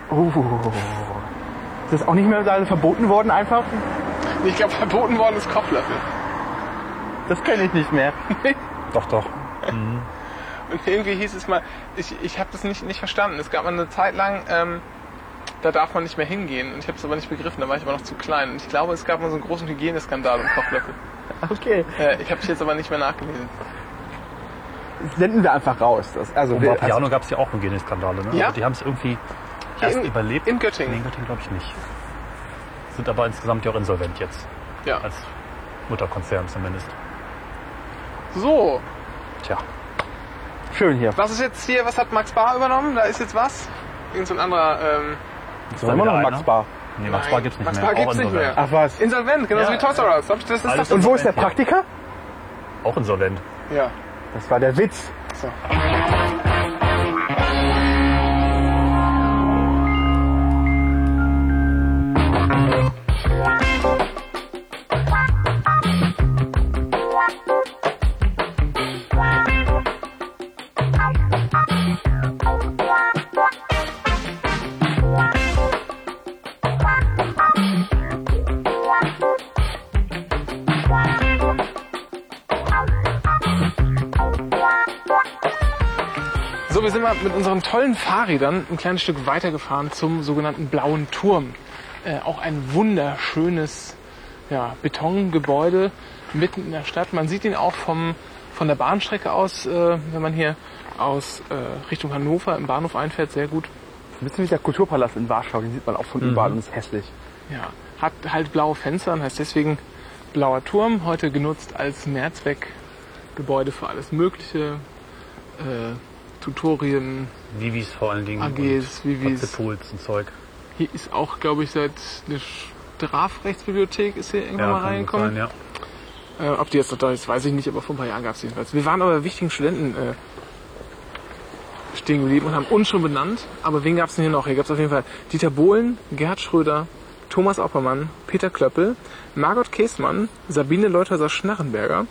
Ist das auch nicht mehr verboten worden einfach? Ich glaube, verboten worden ist Kochlöffel. Das kenne ich nicht mehr. Doch. Und irgendwie hieß es mal, ich habe das nicht verstanden. Es gab mal eine Zeit lang, da darf man nicht mehr hingehen. Und ich habe es aber nicht begriffen, da war ich aber noch zu klein. Und ich glaube, es gab mal so einen großen Hygieneskandal um Kochlöffel. Okay. Ich habe es jetzt aber nicht mehr nachgelesen. Senden wir einfach raus. Und bei Piano gab es ja auch Hygieneskandale, ne? Ja. Also die haben es irgendwie Hier erst in- überlebt. in Göttingen. Nee, in Göttingen glaube ich nicht. Sind aber insgesamt ja auch insolvent jetzt. Ja. Als Mutterkonzern zumindest. So, Tja. Schön hier. was ist jetzt hier, was hat Max Bar übernommen? Da ist jetzt was? Irgend so ein anderer, Das ist immer noch Max Bar. Nee, Max Bar gibt's nicht Max mehr. Bar Auch gibt's nicht insolvent. mehr. Ach was. Insolvent, genauso Ja. wie Toys R Us. Das ist Alles das. Und wo ist der Ja. Praktiker? Auch insolvent. Ja. Das war der Witz. So. So, wir sind mal mit unseren tollen Fahrrädern ein kleines Stück weitergefahren zum sogenannten Blauen Turm. Auch ein wunderschönes Betongebäude mitten in der Stadt. Man sieht ihn auch von der Bahnstrecke aus, wenn man hier aus Richtung Hannover im Bahnhof einfährt, sehr gut. Ein bisschen wie der Kulturpalast in Warschau, den sieht man auch von überall und ist hässlich. Ja, hat halt blaue Fenster und heißt deswegen Blauer Turm, heute genutzt als Mehrzweckgebäude für alles Mögliche. Tutorien, Vivis vor allen Dingen. AGs, Vivis. Pools und Zeug. Hier ist auch, glaube ich, seit eine Strafrechtsbibliothek ist hier irgendwann mal kann reingekommen. gut sein, ja. Ob die jetzt noch da ist, weiß ich nicht, aber vor ein paar Jahren gab es jedenfalls. Wir waren aber bei wichtigen Studenten stehen geblieben und haben uns schon benannt. Aber wen gab es denn hier noch? Hier gab es auf jeden Fall Dieter Bohlen, Gerhard Schröder, Thomas Oppermann, Peter Klöppel, Margot Käßmann, Sabine Leuthäuser-Schnarrenberger,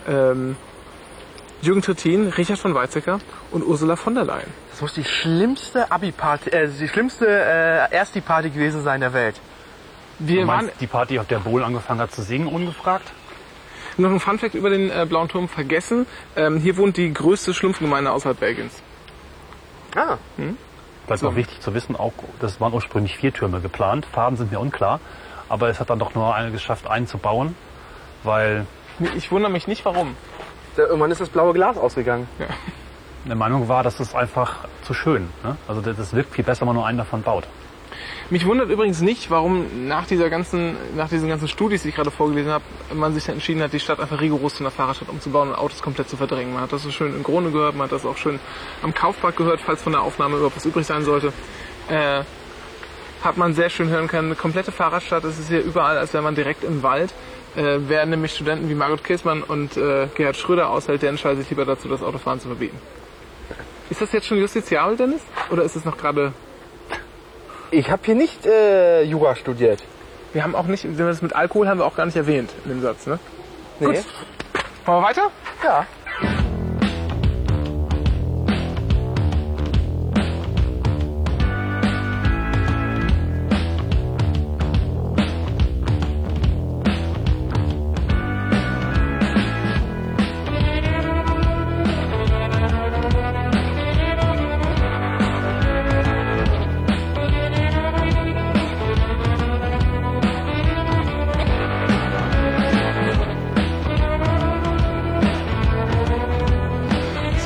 Jürgen Trittin, Richard von Weizsäcker und Ursula von der Leyen. Das muss die schlimmste Abi-Party, die schlimmste Ersti-Party gewesen sein der Welt. Wir Du waren meinst die Party, auf der Bohl angefangen hat zu singen, ungefragt? noch ein Funfact über den Blauen Turm vergessen. Hier wohnt die größte Schlumpfgemeinde außerhalb Belgiens. Ah. Das ist auch wichtig zu wissen, auch das waren ursprünglich 4 Türme geplant. Farben sind mir unklar, aber es hat dann doch nur einer geschafft, einen zu bauen, weil Ich wundere mich nicht, warum. Irgendwann ist das blaue Glas ausgegangen. eine Meinung war, das ist einfach zu schön. Ne? Also das wirkt viel besser, wenn man nur einen davon baut. Mich wundert übrigens nicht, warum nach diesen ganzen Studien, die ich gerade vorgelesen habe, man sich dann entschieden hat, die Stadt einfach rigoros zu einer Fahrradstadt umzubauen und Autos komplett zu verdrängen. Man hat das so schön in Grone gehört, man hat das auch schön am Kaufpark gehört, falls von der Aufnahme überhaupt was übrig sein sollte. Hat man sehr schön hören können, eine komplette Fahrradstadt, es ist hier überall, als wäre man direkt im Wald. Wer nämlich Studenten wie Margot Käßmann und Gerhard Schröder aushält, der entscheidet sich lieber dazu, das Autofahren zu verbieten. Ist das jetzt schon justiziabel, Dennis? Oder ist es noch gerade... Ich habe hier nicht Jura studiert. Wir haben auch nicht, das mit Alkohol haben wir auch gar nicht erwähnt in dem Satz, ne? Nee. Gut. Machen wir weiter? Ja.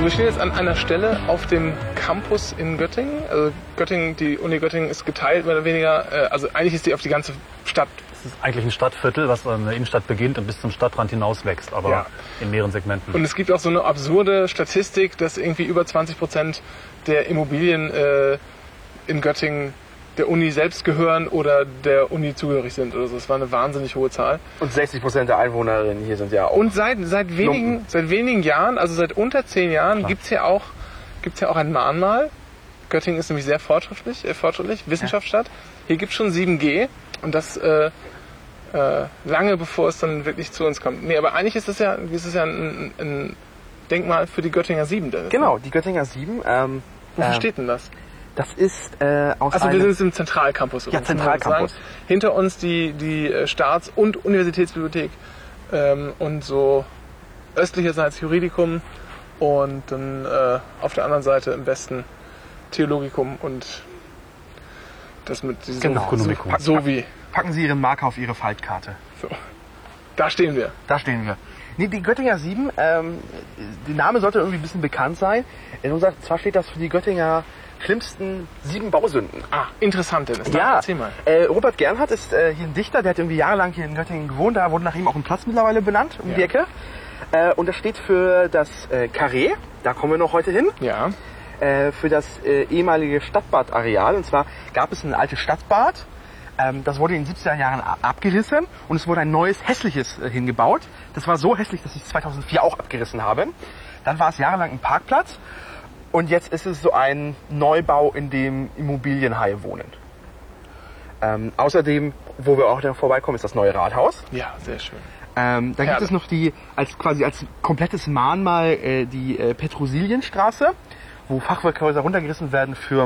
So, wir stehen jetzt an einer Stelle auf dem Campus in Göttingen. Also Göttingen, die Uni Göttingen ist geteilt, mehr oder weniger. Also eigentlich ist die auf die ganze Stadt. Es ist eigentlich ein Stadtviertel, was an der Innenstadt beginnt und bis zum Stadtrand hinaus wächst, aber in mehreren Segmenten. Und es gibt auch so eine absurde Statistik, dass irgendwie über 20% der Immobilien in Göttingen der Uni selbst gehören oder der Uni zugehörig sind. Also das war eine wahnsinnig hohe Zahl. Und 60% der Einwohnerinnen hier sind ja auch. Und seit wenigen Jahren, also seit unter 10 Jahren, gibt's ja auch ein Mahnmal. Göttingen ist nämlich sehr fortschrittlich, Wissenschaftsstadt. Hier gibt's schon 7G und das lange bevor es dann wirklich zu uns kommt. Nee, aber eigentlich ist es ja ein Denkmal für die Göttinger 7. Genau, die Göttinger 7. Wofür steht denn das? Das ist aus Also wir sind im Zentralcampus. Ja, Zentralcampus. Hinter uns die Staats- und Universitätsbibliothek und so östlicherseits Juridicum und dann auf der anderen Seite im Westen Theologikum und das mit diesem Ökonomikum. Sowie. Packen Sie Ihren Marker auf Ihre Faltkarte. So. Da stehen wir. Nee, die Göttinger 7, der Name sollte irgendwie ein bisschen bekannt sein. Und zwar steht das für die Göttinger schlimmsten 7 Bausünden. Ah, interessant, Dennis. Ja, erzähl mal. Robert Gernhardt ist hier ein Dichter, der hat irgendwie jahrelang hier in Göttingen gewohnt. Da wurde nach ihm auch ein Platz mittlerweile benannt, um die Ecke. Und das steht für das Carré, da kommen wir noch heute hin. Ja. Für das ehemalige Stadtbadareal. Und zwar gab es ein altes Stadtbad. Das wurde in den 70er Jahren abgerissen und es wurde ein neues, hässliches hingebaut. Das war so hässlich, dass sie es 2004 auch abgerissen haben. Dann war es jahrelang ein Parkplatz und jetzt ist es so ein Neubau, in dem Immobilienhaie wohnen. Außerdem, wo wir auch dann vorbeikommen, ist das neue Rathaus. Ja, sehr schön. Dann gibt es noch als komplettes Mahnmal die Petrosilienstraße, wo Fachwerkhäuser runtergerissen werden für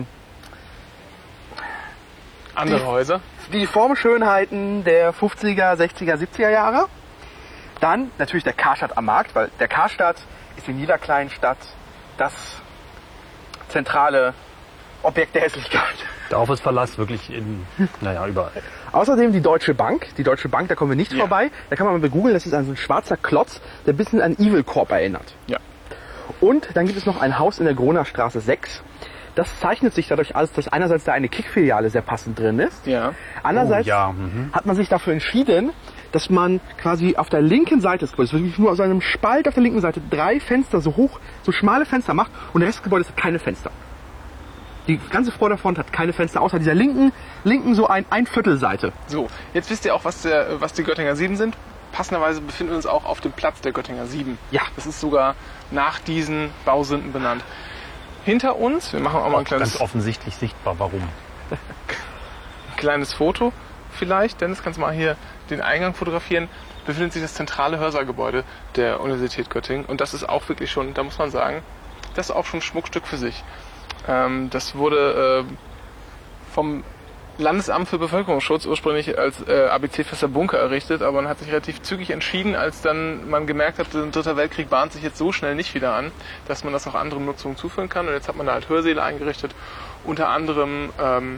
andere Häuser. Die Formschönheiten der 50er, 60er, 70er Jahre. Dann natürlich der Karstadt am Markt, weil der Karstadt ist in jeder kleinen Stadt das zentrale Objekt der Hässlichkeit. Darauf ist Verlass wirklich überall. Außerdem die Deutsche Bank. Die Deutsche Bank, da kommen wir nicht vorbei. Da kann man mal begoogeln, das ist so ein schwarzer Klotz, der ein bisschen an Evil Corp erinnert. Ja. Und dann gibt es noch ein Haus in der Groner Straße 6. Das zeichnet sich dadurch aus, dass einerseits da eine Kick-Filiale sehr passend drin ist. Ja. Andererseits hat man sich dafür entschieden, dass man quasi auf der linken Seite des Gebäudes, wirklich nur aus einem Spalt auf der linken Seite, 3 Fenster so hoch, so schmale Fenster macht und der Rest des Gebäudes hat keine Fenster. Die ganze Vorderfront hat keine Fenster, außer dieser linken so ein Viertelseite. So, jetzt wisst ihr auch, was die Göttinger 7 sind. Passenderweise befinden wir uns auch auf dem Platz der Göttinger 7. Ja. Das ist sogar nach diesen Bausünden benannt. Hinter uns, wir machen auch mal ein kleines... Ganz offensichtlich sichtbar, warum. Kleines Foto vielleicht. Dennis, kannst du mal hier den Eingang fotografieren. Befindet sich das zentrale Hörsaalgebäude der Universität Göttingen. Und das ist auch wirklich schon, da muss man sagen, das ist auch schon ein Schmuckstück für sich. Das wurde vom Landesamt für Bevölkerungsschutz ursprünglich als ABC-fester Bunker errichtet, aber man hat sich relativ zügig entschieden, als dann man gemerkt hat, der Dritte Weltkrieg bahnt sich jetzt so schnell nicht wieder an, dass man das auch anderen Nutzungen zuführen kann. Und jetzt hat man da halt Hörsäle eingerichtet, unter anderem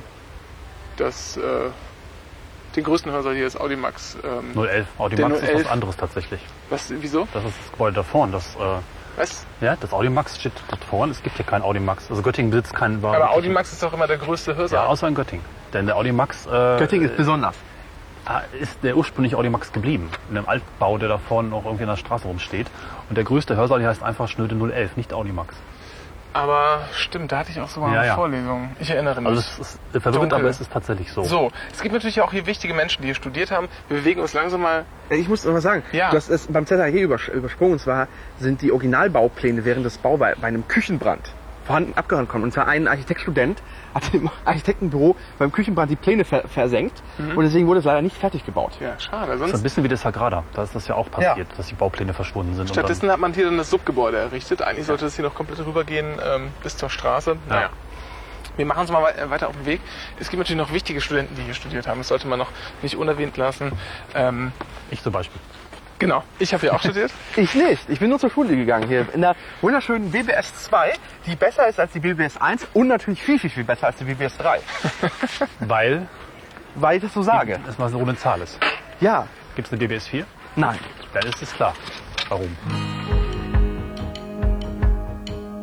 den größten Hörsaal hier ist Audimax. 011. Audimax ist was anderes tatsächlich. Wieso? Das ist das Gebäude da vorne. Was? Ja, das Audimax steht dort vorne. Es gibt hier keinen Audimax. Also Göttingen besitzt keinen... Aber Audimax ist doch immer der größte Hörsaal. Ja, außer in Göttingen. Denn der Audimax... Göttingen ist besonders. Da ist der ursprünglich Audimax geblieben. In einem Altbau, der da vorne noch irgendwie in der Straße rumsteht. Und der größte Hörsaal hier heißt einfach schnöde 011, nicht Audimax. Aber stimmt, da hatte ich auch sogar eine Vorlesung. Ich erinnere mich. Also es ist verwirrend, aber es ist tatsächlich so. So, es gibt natürlich auch hier wichtige Menschen, die hier studiert haben. Wir bewegen uns langsam mal... Ich muss noch was sagen. Ja. Du hast es beim ZHG übersprungen. Und zwar sind die Originalbaupläne während des Baus bei einem Küchenbrand abgerannt kommen. Und zwar ein Architektstudent hat im Architektenbüro beim Küchenbrand die Pläne versenkt. Und deswegen wurde es leider nicht fertig gebaut. Ja, schade. Das ist ein bisschen wie das Sagrada. Da ist das ja auch passiert, dass die Baupläne verschwunden sind. Stattdessen hat man hier dann das Subgebäude errichtet. Eigentlich sollte das hier noch komplett rübergehen bis zur Straße. Naja. Wir machen uns mal weiter auf den Weg. Es gibt natürlich noch wichtige Studenten, die hier studiert haben. Das sollte man noch nicht unerwähnt lassen. Ich zum Beispiel. Genau, ich habe hier auch studiert. Ich nicht. Ich bin nur zur Schule gegangen hier in der wunderschönen BBS 2, die besser ist als die BBS 1 und natürlich viel, viel, viel besser als die BBS 3. Weil ich das so sage. Das mal so eine Zahl ist. Ja. Gibt es eine BBS 4? Nein. Dann ist es klar. Warum?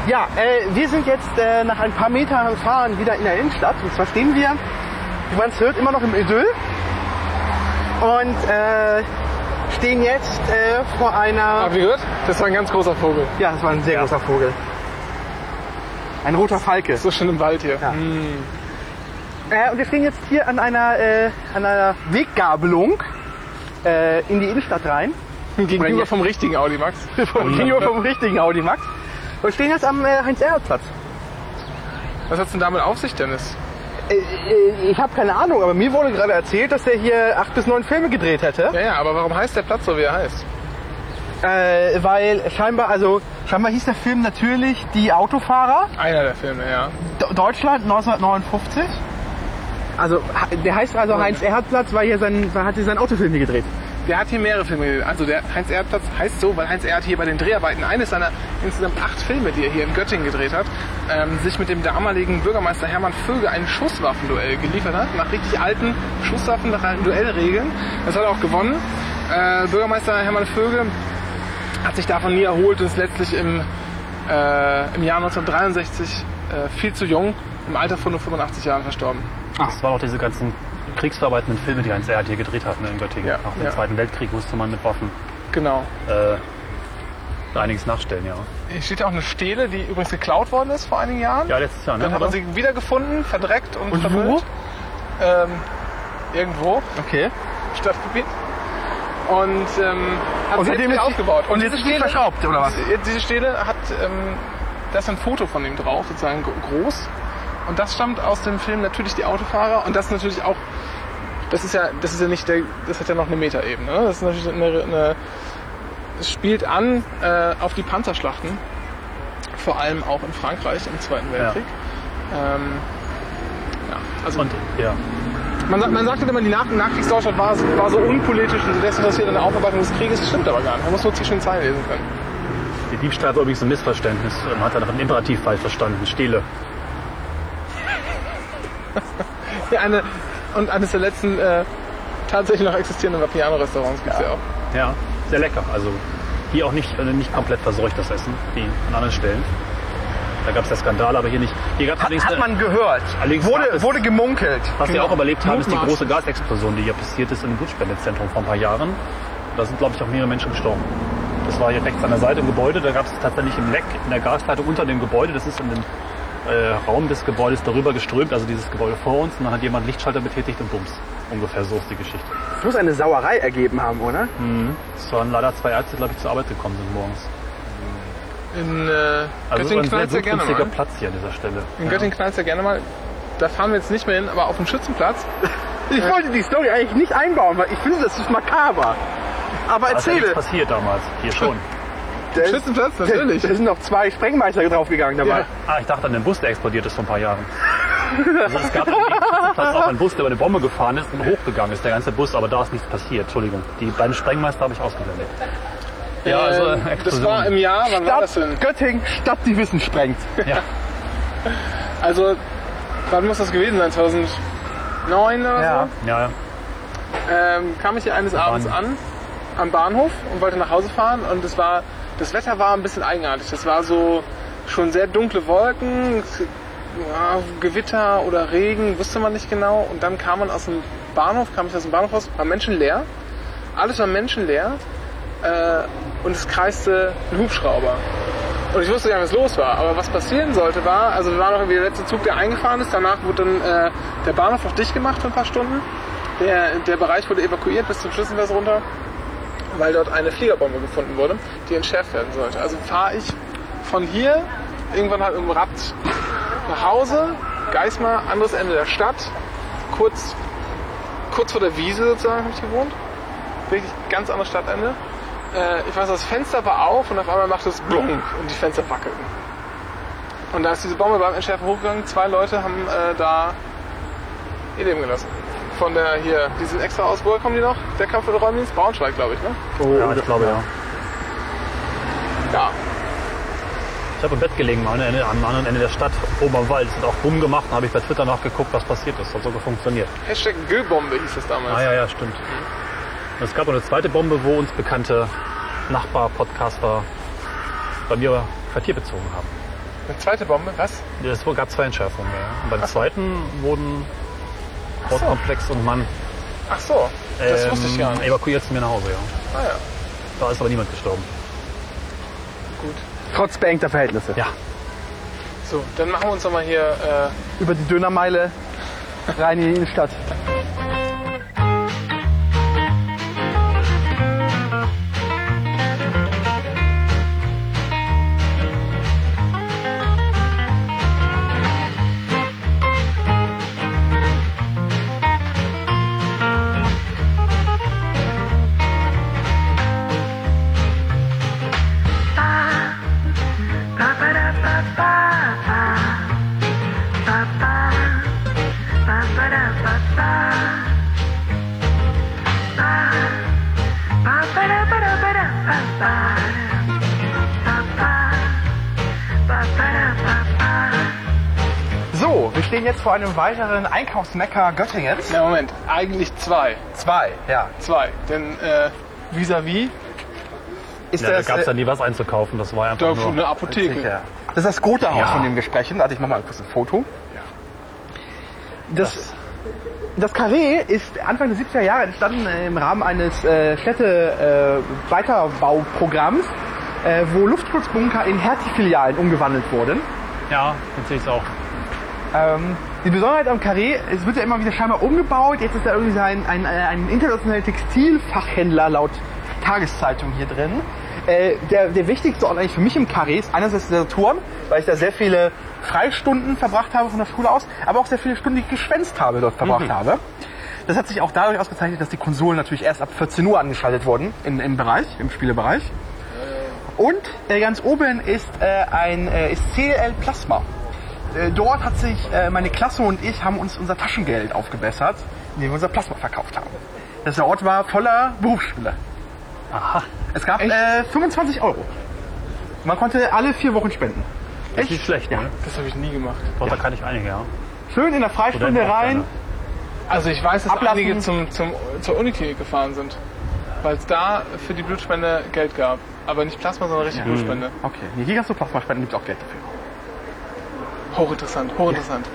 Ja, wir sind jetzt nach ein paar Metern Fahren wieder in der Innenstadt. Und zwar stehen wir, wie man es hört, immer noch im Idyll. Und stehen jetzt vor einer... Habt ihr gehört? Das war ein ganz großer Vogel. Ja, das war ein sehr großer Vogel. Ein roter Falke. So schön im Wald hier. Ja. Und wir stehen jetzt hier an einer Weggabelung in die Innenstadt rein. Gegenüber vom richtigen Audimax. Gegenüber vom richtigen Audimax. Und stehen jetzt am Heinz-Erhardt-Platz. Was hat's denn damit auf sich, Dennis? Ich habe keine Ahnung, aber mir wurde gerade erzählt, dass er hier 8 bis 9 Filme gedreht hätte. Ja, aber warum heißt der Platz so, wie er heißt? Weil scheinbar hieß der Film natürlich Die Autofahrer. Einer der Filme, ja. Deutschland 1959. Also der heißt also Heinz-Erhardt-Platz, weil er hat hier seinen Autofilm hier gedreht. Der hat hier mehrere Filme gedreht. Also der Heinz-Erhardt-Platz heißt so, weil Heinz-Erhardt hier bei den Dreharbeiten eines seiner insgesamt 8 Filme, die er hier in Göttingen gedreht hat, sich mit dem damaligen Bürgermeister Hermann Vögel ein Schusswaffenduell geliefert hat, nach richtig alten Schusswaffen, nach alten Duellregeln. Das hat er auch gewonnen. Bürgermeister Hermann Vögel hat sich davon nie erholt und ist letztlich im Jahr 1963 viel zu jung, im Alter von nur 85 Jahren verstorben. Das waren auch diese ganzen kriegsverarbeitenden Filme, die Heinz-Erhardt hier gedreht hat, ne, in Göttingen. Ja, Nach dem Zweiten Weltkrieg musste man mit Waffen Genau. einiges nachstellen, ja. Hier steht ja auch eine Stele, die übrigens geklaut worden ist vor einigen Jahren. Ja, letztes Jahr, ne? Dann hat man sie wiedergefunden, verdreckt und wo? vermüllt. Irgendwo. Okay. Stadtgebiet. Und hat seitdem wieder ist aufgebaut. Und jetzt ist die verschraubt, oder was? Diese Stele hat, da ist ein Foto von ihm drauf, sozusagen groß. Und das stammt aus dem Film natürlich Die Autofahrer. Und das ist natürlich auch, das ist ja nicht das hat ja noch eine Metaebene. Ne? Das ist natürlich es spielt an auf die Panzerschlachten. Vor allem auch in Frankreich im Zweiten Weltkrieg. Also Und, ja. Man sagt immer, die Nachkriegsdeutschland war so unpolitisch und so desinteressiert an der Aufarbeitung des Krieges. Das stimmt aber gar nicht. Man muss nur zwischen den Zeilen lesen können. Die Diebstahl war übrigens ein Missverständnis. Man hat da noch einen Imperativ falsch verstanden. Stele. Ja, eines der letzten tatsächlich noch existierenden Vapiano-Restaurants gibt es ja auch. Ja, sehr lecker. Also hier auch nicht komplett verseucht, das Essen, wie an anderen Stellen. Da gab es ja Skandale, aber hier nicht. Hier gab's Hat man gehört. Wurde gemunkelt. Was wir auch überlebt haben, ist die Mutmaß. große Gasexplosion, die hier passiert ist im Blutspendezentrum vor ein paar Jahren. Da sind, glaube ich, auch mehrere Menschen gestorben. Das war hier rechts an der Seite im Gebäude. Da gab es tatsächlich ein Leck in der Gasleitung unter dem Gebäude. Das ist in den Raum des Gebäudes darüber geströmt, also dieses Gebäude vor uns. Und dann hat jemand Lichtschalter betätigt und bums. Ungefähr so ist die Geschichte. Es muss eine Sauerei ergeben haben, oder? Es waren leider 2 Ärzte, glaube ich, zur Arbeit gekommen sind morgens. In Also Göttingen ein sehr knallt ja gerne günstiger mal. Platz hier an dieser Stelle. In Göttingen knallt ja gerne mal. Da fahren wir jetzt nicht mehr hin, aber auf dem Schützenplatz. Ich wollte die Story eigentlich nicht einbauen, weil ich finde, das ist makaber. Aber Was ist erzähle. nichts passiert damals? Hier schon. Schützenplatz, natürlich. Da sind noch 2 Sprengmeister draufgegangen dabei. Ja. Ah, ich dachte an den Bus, der explodiert ist vor ein paar Jahren. Also es gab auch einen Bus, der über eine Bombe gefahren ist und hochgegangen ist, der ganze Bus, aber da ist nichts passiert. Entschuldigung. Die beiden Sprengmeister habe ich ausgeblendet. Ja, also das Explosion. war im Jahr, wann war das denn? Göttingen, Stadt, die Wissen sprengt. Ja. Also, wann muss das gewesen sein? 2009 oder Ja. Ja, so? Kam ich hier eines Abends an, am Bahnhof und wollte nach Hause fahren und das Wetter war ein bisschen eigenartig. Das war so schon sehr dunkle Wolken, Gewitter oder Regen, wusste man nicht genau. Und dann kam ich aus dem Bahnhof raus, war menschenleer. Alles war menschenleer. Und es kreiste ein Hubschrauber. Und ich wusste gar nicht, was los war. Aber was passieren sollte war, also wir waren noch irgendwie der letzte Zug, der eingefahren ist. Danach wurde dann der Bahnhof auch dicht gemacht für ein paar Stunden. Der Bereich wurde evakuiert bis zum Schlüsselfest runter, weil dort eine Fliegerbombe gefunden wurde, die entschärft werden sollte. Also fahre ich von hier irgendwann halt im Rad nach Hause, Geismar, anderes Ende der Stadt, kurz vor der Wiese sozusagen habe ich gewohnt. Wirklich ganz anderes Stadtende. Ich weiß, das Fenster war auf und auf einmal machte es blunk und die Fenster wackelten. Und da ist diese Bombe beim Entschärfen hochgegangen. 2 Leute haben da ihr Leben gelassen. Von der hier, die sind extra aus, woher kommen die noch? Der Kampf für den Räumdienst? Braunschweig, glaube ich, ne? Oh, ja, ich glaube ja. Ja. Ich habe im Bett gelegen am anderen Ende der Stadt, oben am Wald. Es hat auch Bumm gemacht, dann habe ich bei Twitter nachgeguckt, was passiert ist. Hat sogar funktioniert. Hashtag Göbombe hieß das damals. Ah ja, stimmt. Und es gab noch eine zweite Bombe, wo uns bekannte Nachbar-Podcaster bei mir Quartier bezogen haben. Eine zweite Bombe? Was? Ja, es gab 2 Entschärfungen. Ja. Und bei der zweiten wurden Hauptkomplex und Mann Ach so, das wusste ich gar nicht. evakuiert zu mir nach Hause, ja. Ah ja, Da ist aber niemand gestorben. gut. Trotz beengter Verhältnisse. Ja. So, dann machen wir uns doch mal hier... Über die Dönermeile rein in die Innenstadt. So, wir stehen jetzt vor einem weiteren Einkaufsmecker Göttingens. Na Moment, eigentlich 2. 2, ja. 2, denn vis-à-vis Ist Ja, da das gab es ja nie was einzukaufen, das war einfach nur... eine Apotheke. sicher. Das ist das Gotha-Haus, Ja. von dem wir sprechen. Warte, ich mach mal kurz ein Foto. Das Carré ist Anfang der 70er Jahre entstanden im Rahmen eines Städte-Weiterbauprogramms, wo Luftschutzbunker in Hertie-Filialen umgewandelt wurden. Ja, jetzt sehe ich es auch. Die Besonderheit am Carré, es wird ja immer wieder scheinbar umgebaut. Jetzt ist da irgendwie ein internationaler Textilfachhändler laut Tageszeitung hier drin. Der wichtigste Ort eigentlich für mich im Carré ist einerseits der Saturn, weil ich da sehr viele Freistunden verbracht habe von der Schule aus, aber auch sehr viele Stunden, die ich geschwänzt habe, dort verbracht habe. Das hat sich auch dadurch ausgezeichnet, dass die Konsolen natürlich erst ab 14 Uhr angeschaltet wurden im Spielebereich. Und ganz oben ist CLL Plasma. Dort hat sich meine Klasse und ich haben uns unser Taschengeld aufgebessert, indem wir unser Plasma verkauft haben. Der Ort war voller Berufsschüler. Aha. Es gab 25 €. Man konnte alle 4 Wochen spenden. Das ist nicht schlecht, Ja. ne? Das habe ich nie gemacht. Doch, da kann ich einige, ja. Schön in der Freistunde Oder im rein. Also ich weiß, dass Ablassen. einige zur Uniklinik gefahren sind, weil es da für die Blutspende Geld gab. Aber nicht Plasma, sondern richtig Blutspende. Okay, hier kannst du Plasma spenden, gibt es auch Geld dafür. Hochinteressant, hochinteressant.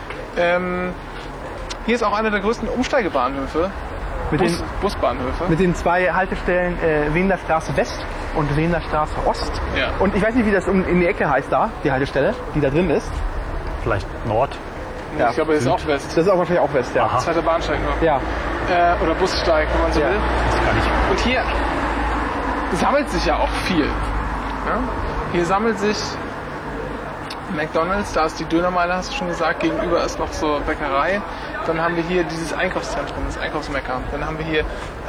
Hier ist auch einer der größten Umsteigebahnhöfe. Busbahnhöfe. Mit den 2 Haltestellen Wiener Straße West und Wiener Straße Ost. Ja. Und ich weiß nicht, wie das in die Ecke heißt da, die Haltestelle, die da drin ist. Vielleicht Nord. Ja. Ich glaube, das ist auch West. Das ist auch wahrscheinlich auch West, ja. Aha. Zweiter Bahnsteig nur. Ja. Oder Bussteig, wenn man so Ja. will. Das kann ich. Und hier sammelt sich ja auch viel. Ja? Hier sammelt sich McDonald's, da ist die Dönermeile, hast du schon gesagt, gegenüber ist noch so Bäckerei. Dann haben wir hier dieses Einkaufszentrum, das Einkaufsmecker. Dann haben wir hier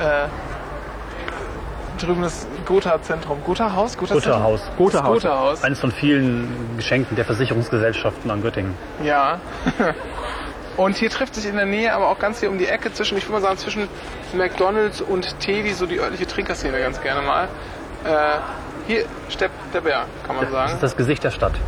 drüben das Gotha-Zentrum. Gotha-Haus? Gotha-Haus. Gotha-Haus. Gotha-Haus. Eines von vielen Geschenken der Versicherungsgesellschaften an Göttingen. Ja. Und hier trifft sich in der Nähe, aber auch ganz hier um die Ecke zwischen, ich würde mal sagen, zwischen McDonald's und Teddy, so die örtliche Trinkerszene ganz gerne mal. Hier steppt der Bär, kann man Das sagen. ist das Gesicht der Stadt.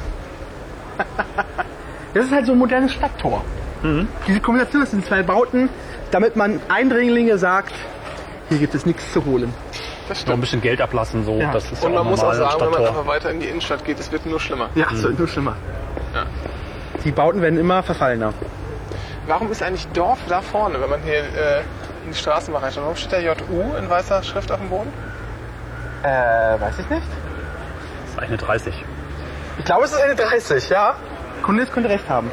Das ist halt so ein modernes Stadttor. Diese Kombination aus den 2 Bauten, damit man Eindringlinge sagt, hier gibt es nichts zu holen. Das Noch ein stimmt. bisschen Geld ablassen, so. Ja. Das ist Und ja auch man muss auch normal im sagen, wenn man Stadttor. einfach weiter in die Innenstadt geht, es wird nur schlimmer. Ja, es wird nur schlimmer. Ja. Die Bauten werden immer verfallener. Warum ist eigentlich Dorf da vorne, wenn man hier in die Straßen mal reinschaut? Warum steht da JU in weißer Schrift auf dem Boden? Weiß ich nicht. Das ist eine 30. Ich glaube, es ist eine 30, ja. Cornelis könnte recht haben.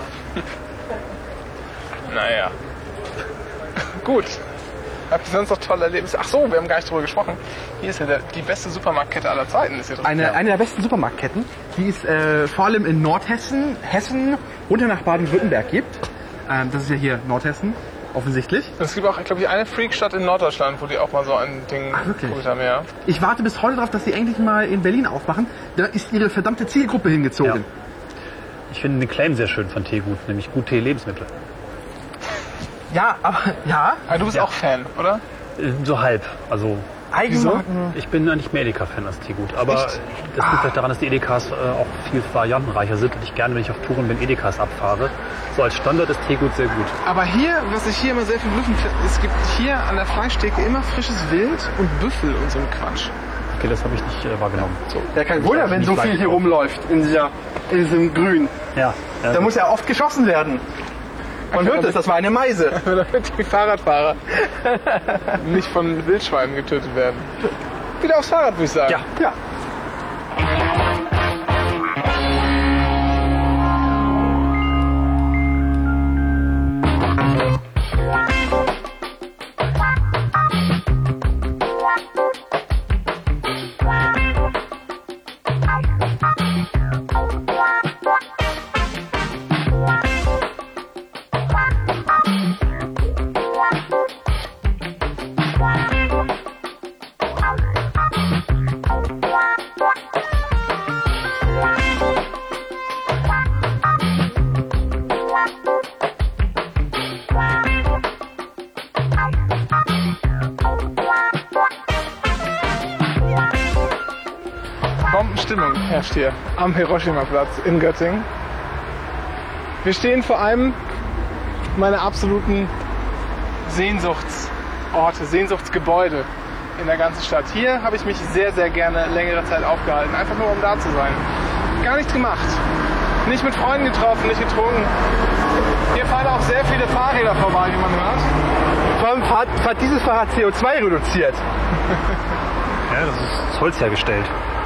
Naja. Gut. Habt ihr sonst noch tolle Erlebnisse? Ach so, wir haben gar nicht drüber gesprochen. Hier ist ja die beste Supermarktkette aller Zeiten. Ist hier drin. Eine der besten Supermarktketten, die es vor allem in Nordhessen, Hessen, runter nach Baden-Württemberg gibt. Das ist ja hier Nordhessen, offensichtlich. Es gibt auch, glaube ich, eine Freakstadt in Norddeutschland, wo die auch mal so ein Ding wirklich? geholt haben. Ja. Ich warte bis heute darauf, dass sie endlich mal in Berlin aufmachen. Da ist ihre verdammte Zielgruppe hingezogen. Ja. Ich finde den Claim sehr schön von Teegut, nämlich Gut-Tee Lebensmittel. Ja, aber ja. Aber du bist auch Fan, oder? So halb. Also Eigenmarken. ich bin eigentlich mehr Edeka-Fan als Teegut. Aber das liegt vielleicht daran, dass die Edekas auch viel variantenreicher sind und ich gerne, wenn ich auf Touren bin, Edekas abfahre. So als Standard ist Teegut sehr gut. Aber hier, was ich hier immer sehr verblüffend finde, es gibt hier an der Fleischtheke immer frisches Wild und Büffel und so ein Quatsch. Okay, das habe ich nicht wahrgenommen. So. Ja, kein Wunder, wenn so viel hier rumläuft in dieser in diesem Grün. Ja. Da muss ja oft geschossen werden. Man hört es, das war eine Meise. Damit die Fahrradfahrer nicht von Wildschweinen getötet werden. Wieder aufs Fahrrad, würde ich sagen. Ja. Bombenstimmung herrscht hier am Hiroshima-Platz in Göttingen. Wir stehen vor einem meiner absoluten Sehnsuchtsorte, Sehnsuchtsgebäude in der ganzen Stadt. Hier habe ich mich sehr, sehr gerne längere Zeit aufgehalten, einfach nur um da zu sein. Gar nichts gemacht, nicht mit Freunden getroffen, nicht getrunken. Hier fahren auch sehr viele Fahrräder vorbei, wie man hört. Vor allem hat dieses Fahrrad CO2 reduziert. Ja, das ist Holz hergestellt.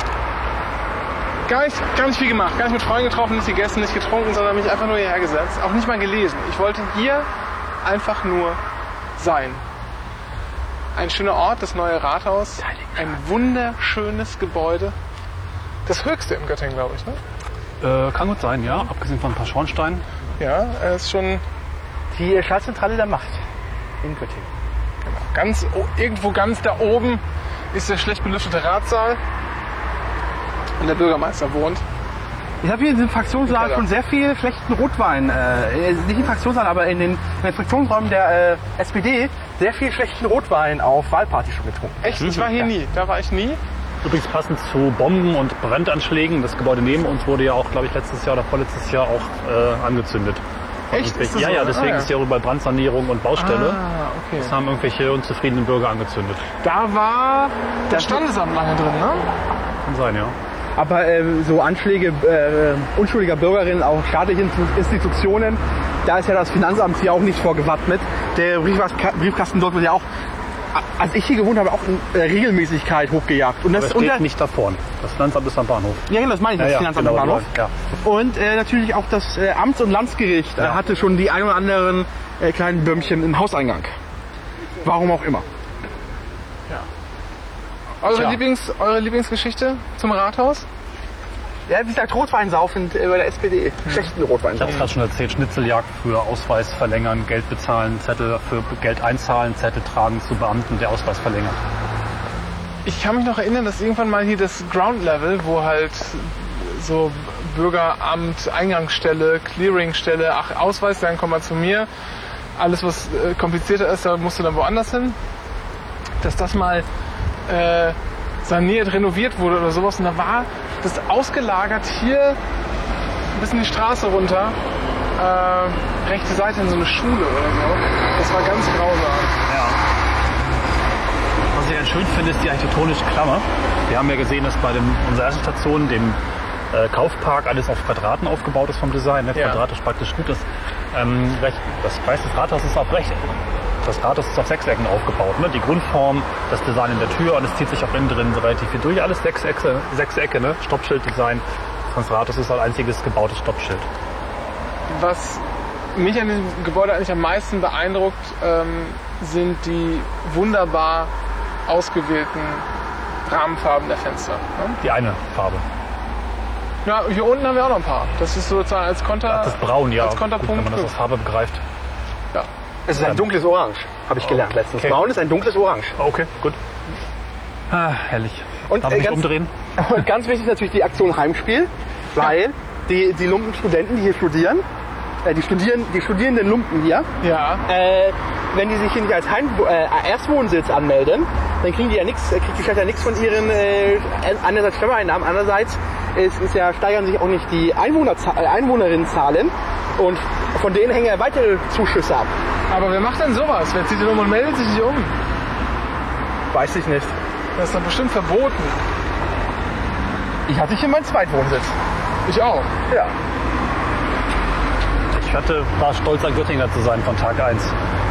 Gar nicht viel gemacht, gar nicht mit Freunden getroffen, nicht gegessen, nicht getrunken, sondern mich einfach nur hierher gesetzt. Auch nicht mal gelesen. Ich wollte hier einfach nur sein. Ein schöner Ort, das neue Rathaus. Ein wunderschönes Gebäude. Das höchste in Göttingen, glaube ich, ne? Kann gut sein, ja. Abgesehen von ein paar Schornsteinen. Ja, es ist schon Die Schaltzentrale der Macht in Göttingen. genau, irgendwo ganz da oben ist der schlecht belüftete Ratssaal. Und der Bürgermeister wohnt. Ich habe hier in diesem Fraktionssaal schon sehr viel schlechten Rotwein, nicht im Fraktionssaal, aber in den Fraktionsräumen der SPD, sehr viel schlechten Rotwein auf Wahlparty schon getrunken. Echt? Ich war hier nie. Da war ich nie. Übrigens passend zu Bomben und Brandanschlägen. Das Gebäude neben uns wurde ja auch, glaube ich, letztes Jahr oder vorletztes Jahr auch angezündet. Echt? Ist das Ja, so? ja, deswegen Ah, ja. ist hier überall Brandsanierung und Baustelle. Okay. Das haben irgendwelche unzufriedenen Bürger angezündet. Da war das Standesamt lange drin, ne? Kann sein, ja. Aber so Anschläge unschuldiger Bürgerinnen auf staatliche Institutionen, da ist ja das Finanzamt hier auch nicht vorgewappnet. Der Briefkasten dort wird ja auch, als ich hier gewohnt habe, auch in Regelmäßigkeit hochgejagt. Und das Aber steht nicht da vorne. Das Finanzamt ist am Bahnhof. Ja, das meine ich, das Finanzamt am Bahnhof. Ja. Und natürlich auch das Amts- und Landesgericht hatte schon die ein oder anderen kleinen Bömmchen im Hauseingang. Warum auch immer. Eure Lieblingsgeschichte zum Rathaus? Ja, wie gesagt, Rotwein saufend bei der SPD. Schlechten Rotwein Ich habe es gerade schon erzählt, Schnitzeljagd für Ausweis verlängern, Geld bezahlen, Zettel für Geld einzahlen, Zettel tragen zu Beamten, der Ausweis verlängert. Ich kann mich noch erinnern, dass irgendwann mal hier das Ground Level, wo halt so Bürgeramt, Eingangsstelle, Clearingstelle, Ausweis, dann komm mal zu mir. Alles, was komplizierter ist, da musst du dann woanders hin. Dass das mal saniert, renoviert wurde oder sowas. Und da war das ausgelagert hier ein bisschen die Straße runter, rechte Seite in so eine Schule oder so. Das war ganz grausam. Ja. Was ich ganz schön finde, ist die architektonische Klammer. Wir haben ja gesehen, dass bei unserer ersten Station, dem Kaufpark, alles auf Quadraten aufgebaut ist vom Design. Ne? Ja. Quadratisch praktisch gut ist. Das Preis des Rathauses ist auf Rechte. Das Rathaus ist auf Sechsecken aufgebaut. Ne? Die Grundform, das Design in der Tür und es zieht sich auch innen drin relativ viel durch. Alles Sechsecke, ne? Stoppschilddesign. Das Rathaus ist ein einziges gebautes Stoppschild. Was mich an diesem Gebäude eigentlich am meisten beeindruckt, sind die wunderbar ausgewählten Rahmenfarben der Fenster. Ne? Die eine Farbe. Ja, hier unten haben wir auch noch ein paar. Das ist sozusagen als Das ist braun, ja. als Gut, Konterpunkt. wenn man das als Farbe begreift. Ja. Es ist ein dunkles Orange, habe ich gelernt letztens. Okay. Braun ist ein dunkles Orange. Okay, gut. Ah, herrlich. Und Darf ich mich ganz- umdrehen? Und ganz wichtig ist natürlich die Aktion Heimspiel, weil die lumpen Studenten, die hier studieren, die studierenden Lumpen hier, Ja. wenn die sich hier nicht als Erstwohnsitz anmelden, dann kriegt die Stadt ja nichts von ihren einerseits Steuereinnahmen, andererseits steigern sich auch nicht die Einwohnerinnenzahlen und von denen hängen ja weitere Zuschüsse ab. Aber wer macht denn sowas? Wer zieht denn um und meldet sich nicht um? Weiß ich nicht. Das ist doch bestimmt verboten. Ich hatte hier meinen Zweitwohnsitz. Ich auch. Ja. Ich war stolz, ein Göttinger zu sein von Tag 1.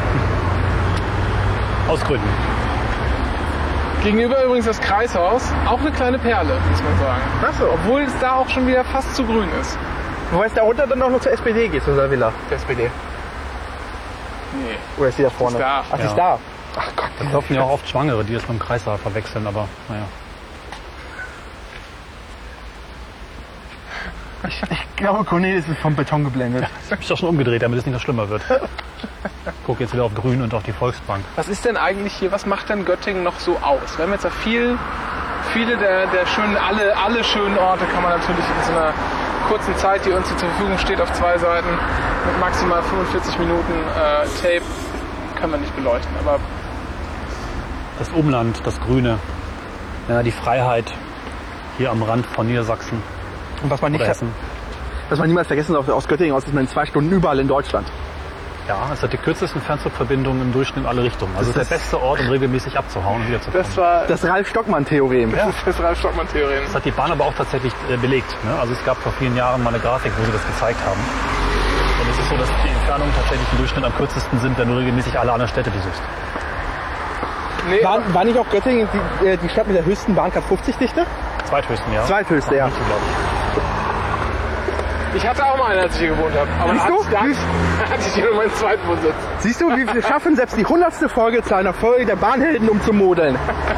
Aus Gründen. Gegenüber übrigens das Kreishaus, auch eine kleine Perle, muss man sagen. Ach so. Obwohl es da auch schon wieder fast zu grün ist. Wobei es da runter dann auch noch zur SPD geht, zu unserer Villa. Der SPD. Nee. Oder ist die da vorne? Die ist da. Ach, die ist Ja. da. Ach Gott. Da laufen ja auch oft Schwangere, die das mit dem Kreissaal verwechseln, aber naja. Ich glaube, Cornelis ist vom Beton geblendet. Ich habe mich doch schon umgedreht, damit es nicht noch schlimmer wird. Ich gucke jetzt wieder auf Grün und auf die Volksbank. Was ist denn eigentlich hier, was macht denn Göttingen noch so aus? Wir haben jetzt ja viele der schönen, alle schönen Orte kann man natürlich in so einer kurzen Zeit, die uns hier zur Verfügung steht, auf 2 Seiten mit maximal 45 Minuten Tape, können wir nicht beleuchten. Aber Das Umland, das Grüne, ja, die Freiheit hier am Rand von Niedersachsen Und was man nicht oder Hessen. was man niemals vergessen darf, aus Göttingen aus ist man in 2 Stunden überall in Deutschland. Ja, es hat die kürzesten Fernzugverbindungen im Durchschnitt in alle Richtungen. Also Das es ist der beste Ort, um regelmäßig abzuhauen und wiederzukommen. das war Das Ralf-Stockmann-Theorem. das ist das Ralf-Stockmann-Theorem. Das hat die Bahn aber auch tatsächlich belegt. Ne? Also es gab vor vielen Jahren mal eine Grafik, wo sie das gezeigt haben. Und es ist so, dass die Entfernungen tatsächlich im Durchschnitt am kürzesten sind, wenn du regelmäßig alle anderen Städte besuchst. Nee, War nicht auch Göttingen die Stadt mit der höchsten Bahncard 50-Dichte? Zweithöchsten, ja. Zweithöchste, ja. München, glaub ich hatte auch mal einen, als ich hier gewohnt habe. Aber Siehst du? da hatte ich hier nur meinen zweiten Wohnsitz. Siehst du, wie wir schaffen selbst die 100. Folge zu einer Folge der Bahnhelden umzumodeln.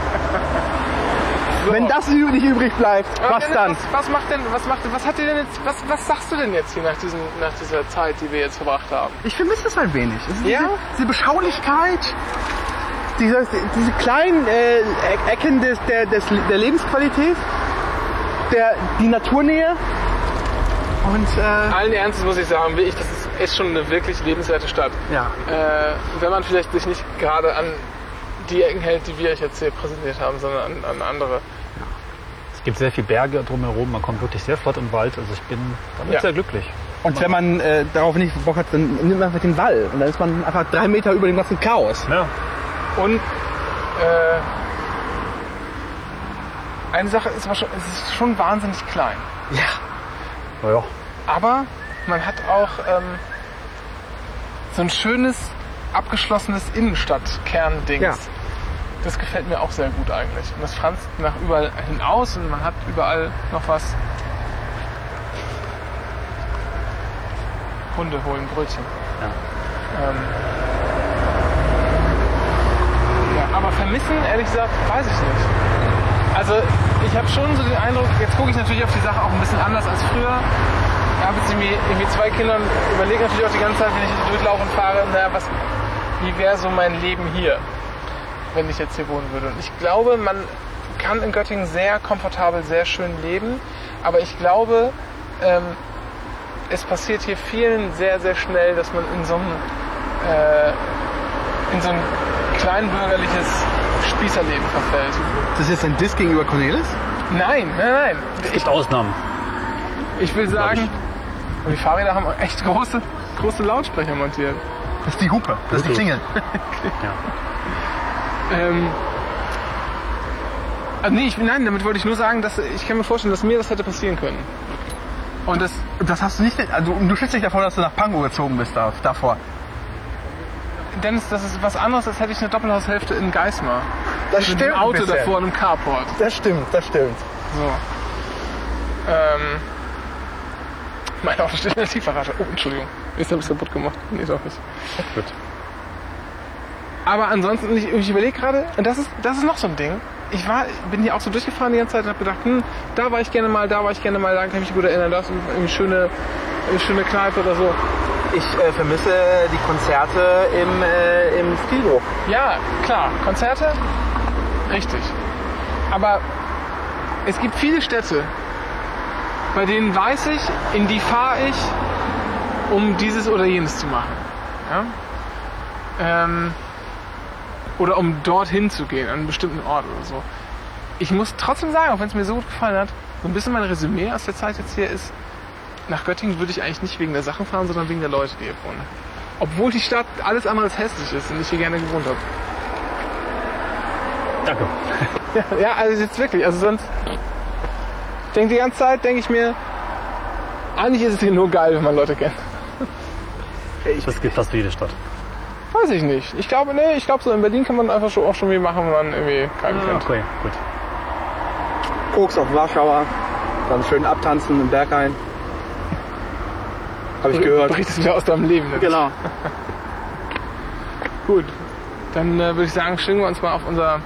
So. Wenn das nicht übrig bleibt, Aber was Dennis, dann? was hat dir denn jetzt, was sagst du denn jetzt hier nach dieser Zeit, die wir jetzt verbracht haben? Ich vermisse das ein wenig. Es ist Ja? diese Beschaulichkeit, diese kleinen Ecken der Lebensqualität, die Naturnähe. Und Allen Ernstes muss ich sagen, das ist echt schon eine wirklich lebenswerte Stadt. ja. Wenn man vielleicht sich nicht gerade an die Ecken hält, die wir euch jetzt hier präsentiert haben, sondern an andere. Es gibt sehr viele Berge drumherum, man kommt wirklich sehr flott im Wald. Also ich bin damit Ja. sehr glücklich. Und wenn man darauf nicht Bock hat, dann nimmt man einfach den Wall. Und dann ist man einfach 3 Meter über dem ganzen Chaos. Ja. Und eine Sache ist aber schon, es ist schon wahnsinnig klein. Ja. Naja. Aber man hat auch so ein schönes, abgeschlossenes Innenstadtkerndings. Ja. Das gefällt mir auch sehr gut eigentlich. Und das franzt nach überall hinaus und man hat überall noch was. Hunde holen Brötchen. Ja. Ja, aber vermissen, ehrlich gesagt, weiß ich nicht. Also ich habe schon so den Eindruck, jetzt gucke ich natürlich auf die Sache auch ein bisschen anders als früher. Ich habe jetzt irgendwie 2 Kinder und überlege natürlich auch die ganze Zeit, wenn ich jetzt durchlaufe und fahre, wie wäre so mein Leben hier, wenn ich jetzt hier wohnen würde. Und ich glaube, man kann in Göttingen sehr komfortabel, sehr schön leben, aber ich glaube, es passiert hier vielen sehr, sehr schnell, dass man in so ein kleinbürgerliches Spießerleben verfällt. Das ist jetzt ein Diss gegenüber Cornelis? Nein. Es gibt Ausnahmen. Ich will sagen, die Fahrräder haben echt große Lautsprecher montiert. Das ist die Hupe, das ist die Klingel. Nein, damit wollte ich nur sagen, dass ich kann mir vorstellen, dass mir das hätte passieren können. Und Das hast du nicht, also du schützt dich davon, dass du nach Pankow gezogen bist davor. Dennis, das ist was anderes, als hätte ich eine Doppelhaushälfte in Geismar. Das Mit stimmt einem Auto ein bisschen. davor in einem Carport. Das stimmt. So. Mein Auto steht in der Tiefgarage. Oh, Entschuldigung. Ist da was kaputt gemacht? Nee, doch nicht. Gut. Aber ansonsten, ich überlege gerade, und das ist noch so ein Ding. Bin hier auch so durchgefahren die ganze Zeit und habe gedacht, da war ich gerne mal, da kann ich mich gut erinnern, da ist eine schöne Kneipe oder so. Ich vermisse die Konzerte im Stilbruch. Ja, klar, Konzerte, richtig. Aber es gibt viele Städte, bei denen weiß ich, in die fahre ich, um dieses oder jenes zu machen. Ja? Oder um dorthin zu gehen, an einen bestimmten Ort oder so. Ich muss trotzdem sagen, auch wenn es mir so gut gefallen hat, so ein bisschen mein Resümee aus der Zeit jetzt hier ist, nach Göttingen würde ich eigentlich nicht wegen der Sachen fahren, sondern wegen der Leute, die hier wohnen. Obwohl die Stadt alles andere als hässlich ist und ich hier gerne gewohnt habe. Danke. Ja, also jetzt wirklich, also sonst die ganze Zeit denke ich mir, Eigentlich ist es hier nur geil, wenn man Leute kennt. Das gibt fast für jede Stadt. Weiß ich nicht. Ich glaube so in Berlin kann man einfach schon auch schon viel machen, wenn man irgendwie keinen kennt. Okay, gut. Koks auf Warschauer, dann schön abtanzen im Berghain. Habe ich gehört. Berichtest wieder aus deinem Leben. Ne? Genau. Gut. Dann würde ich sagen, schwingen wir uns mal auf unseren,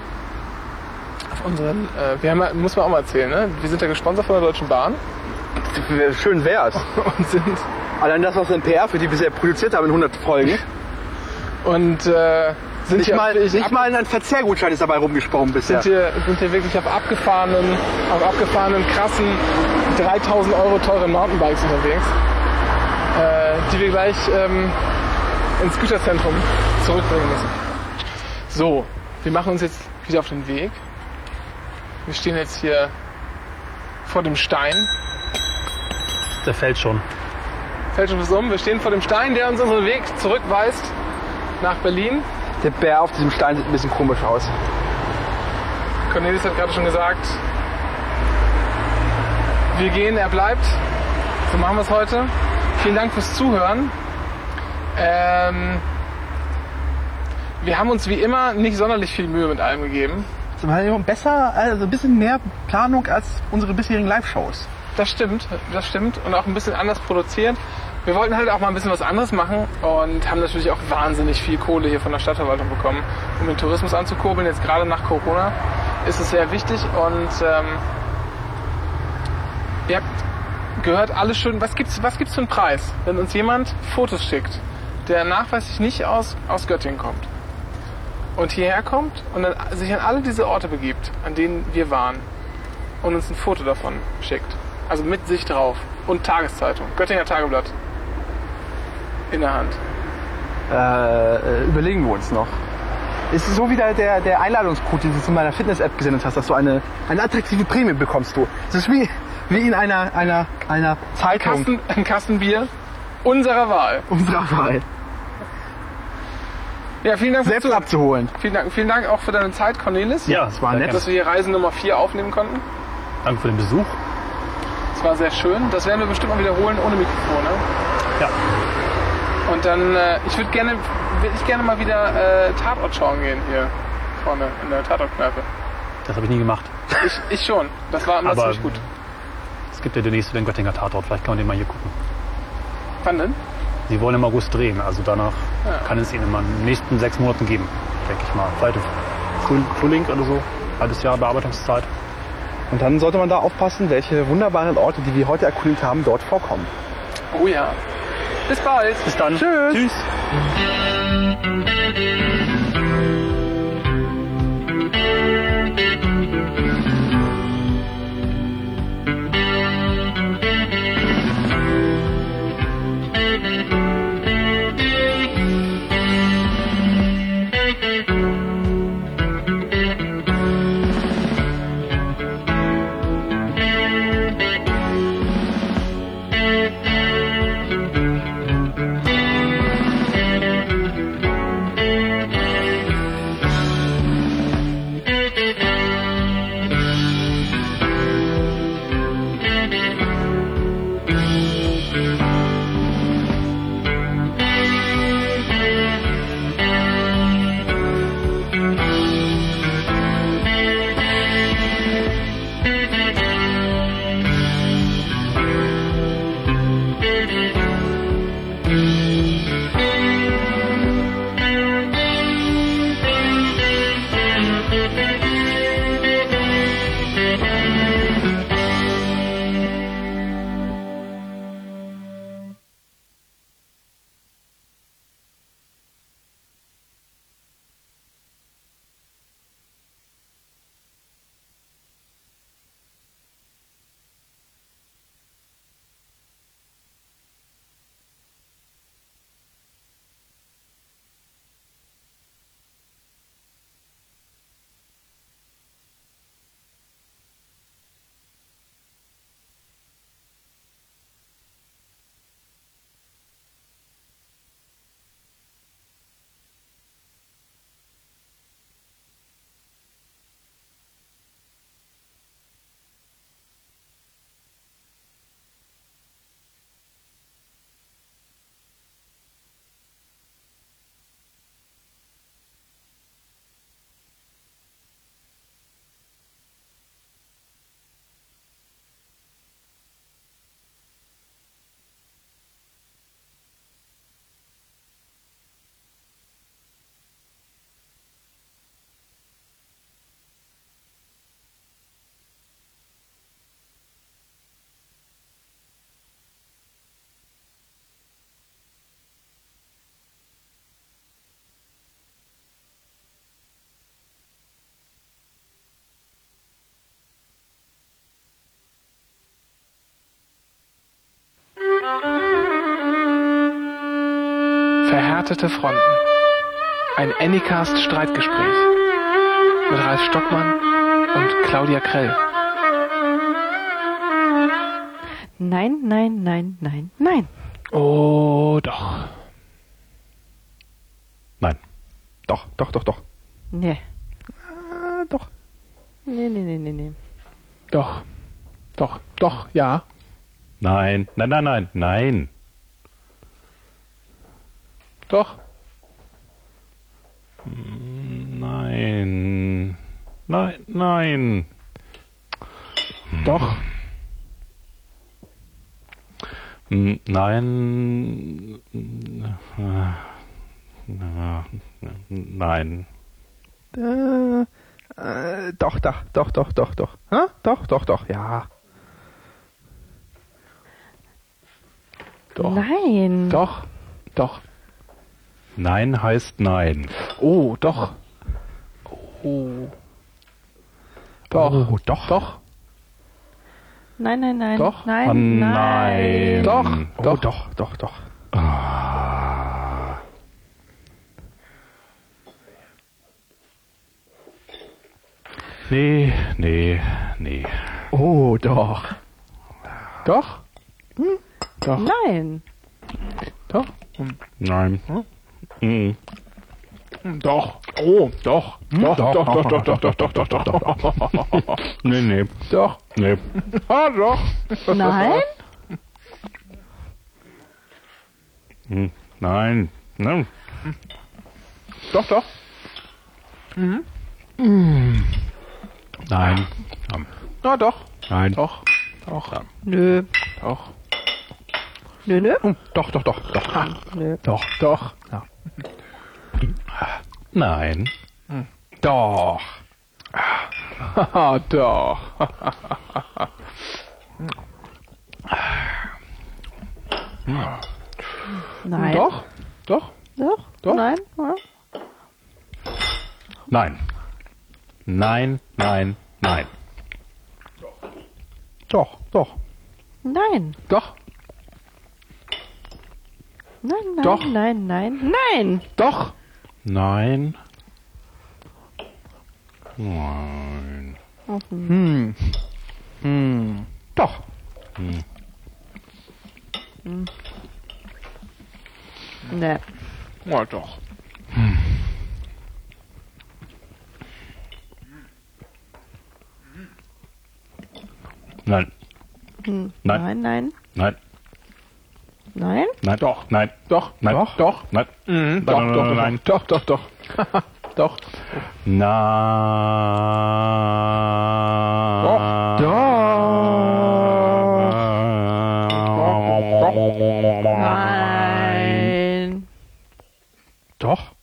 muss man auch mal erzählen, ne? Wir sind ja gesponsert von der Deutschen Bahn. Schön wär's. Und sind... Allein das, was wir in PR für die bisher produziert haben in 100 Folgen. Und sind nicht mal ein Verzehrgutschein ist dabei rumgesprungen bisher. Sind hier wirklich auf abgefahrenen, krassen 3.000 € teuren Mountainbikes unterwegs, die wir gleich ins Güterzentrum zurückbringen müssen. So, wir machen uns jetzt wieder auf den Weg. Wir stehen jetzt hier vor dem Stein. Der fällt schon. Fällt schon was um. Wir stehen vor dem Stein, der uns unseren Weg zurückweist nach Berlin. Der Bär auf diesem Stein sieht ein bisschen komisch aus. Cornelis hat gerade schon gesagt, wir gehen, er bleibt. So machen wir es heute. Vielen Dank fürs Zuhören. Wir haben uns wie immer nicht sonderlich viel Mühe mit allem gegeben. Besser, also ein bisschen mehr Planung als unsere bisherigen Live-Shows. Das stimmt. Und auch ein bisschen anders produziert. Wir wollten halt auch mal ein bisschen was anderes machen und haben natürlich auch wahnsinnig viel Kohle hier von der Stadtverwaltung bekommen, um den Tourismus anzukurbeln. Jetzt gerade nach Corona ist es sehr wichtig und ihr habt gehört, alles schön. Was gibt's für einen Preis, wenn uns jemand Fotos schickt, der nachweislich nicht aus Göttingen kommt und hierher kommt und dann sich an alle diese Orte begibt, an denen wir waren und uns ein Foto davon schickt. Also mit sich drauf und Tageszeitung, Göttinger Tageblatt in der Hand. Überlegen wir uns noch. Es ist so wie der Einladungscode, den du in meiner Fitness-App gesendet hast, dass du eine attraktive Prämie bekommst du. Es ist wie in einer Zeitung. Ein Kasten Bier unserer Wahl. Ja, vielen Dank selbst abzuholen. Vielen Dank auch für deine Zeit, Cornelis. Ja, es war nett, dass wir hier Reise Nummer 4 aufnehmen konnten. Danke für den Besuch. Es war sehr schön. Das werden wir bestimmt mal wiederholen ohne Mikrofon, ne? Ja. Und dann, ich würde gerne mal wieder Tatort schauen gehen hier vorne in der Tatortkneipe. Das habe ich nie gemacht. Ich schon. Das war ziemlich gut. Es gibt ja demnächst wieder den Göttinger Tatort. Vielleicht kann man den mal hier gucken. Wann denn? Sie wollen im August drehen. Also danach kann es Ihnen mal in den nächsten 6 Monaten geben, denke ich mal. Vielleicht Frühling oder so. Halbes Jahr Bearbeitungszeit. Und dann sollte man da aufpassen, welche wunderbaren Orte, die wir heute erkundet haben, dort vorkommen. Oh ja. Bis bald. Bis dann. Tschüss. Verhärtete Fronten. Ein Anycast-Streitgespräch. Mit Ralf Stockmann und Claudia Krell. Nein, nein, nein, nein, nein. Oh, doch. Nein. Doch. Nee. Doch. Nee. Doch, ja. Nein. Doch. Nein. Doch. Nein. Nein. Doch. Hä? Doch, ja. Doch. Nein. Doch. Nein heißt nein. Oh, doch. Oh. Doch. Oh, doch. Doch. Nein. Doch. Nein. Oh, nein. Doch. Oh, doch. Ah. Nee. Oh, doch. Doch. Doch. Nein. Doch. Nein. Mhm. Doch. Oh, doch. Doch. Nee. Doch. Nee. Ah, doch. Nein? Nein. Nein. Doch. Nein. Na, doch. Nein. Doch. Nö. Doch. Nö. Doch. Nö. Doch. Ja. Nein. Doch. Haha, doch. Nein. Doch. Doch. Doch. Nein. Nein. Doch. Nein. Doch. Nein. Doch. Nein. Doch. Nein. Doch. Nee. Ja, doch. Nein. Nein. Nein. Nein. Nein. Doch. Nein. Doch. Nein. Doch. Nein. Doch. Nein. Doch. Doch. Nein. Doch.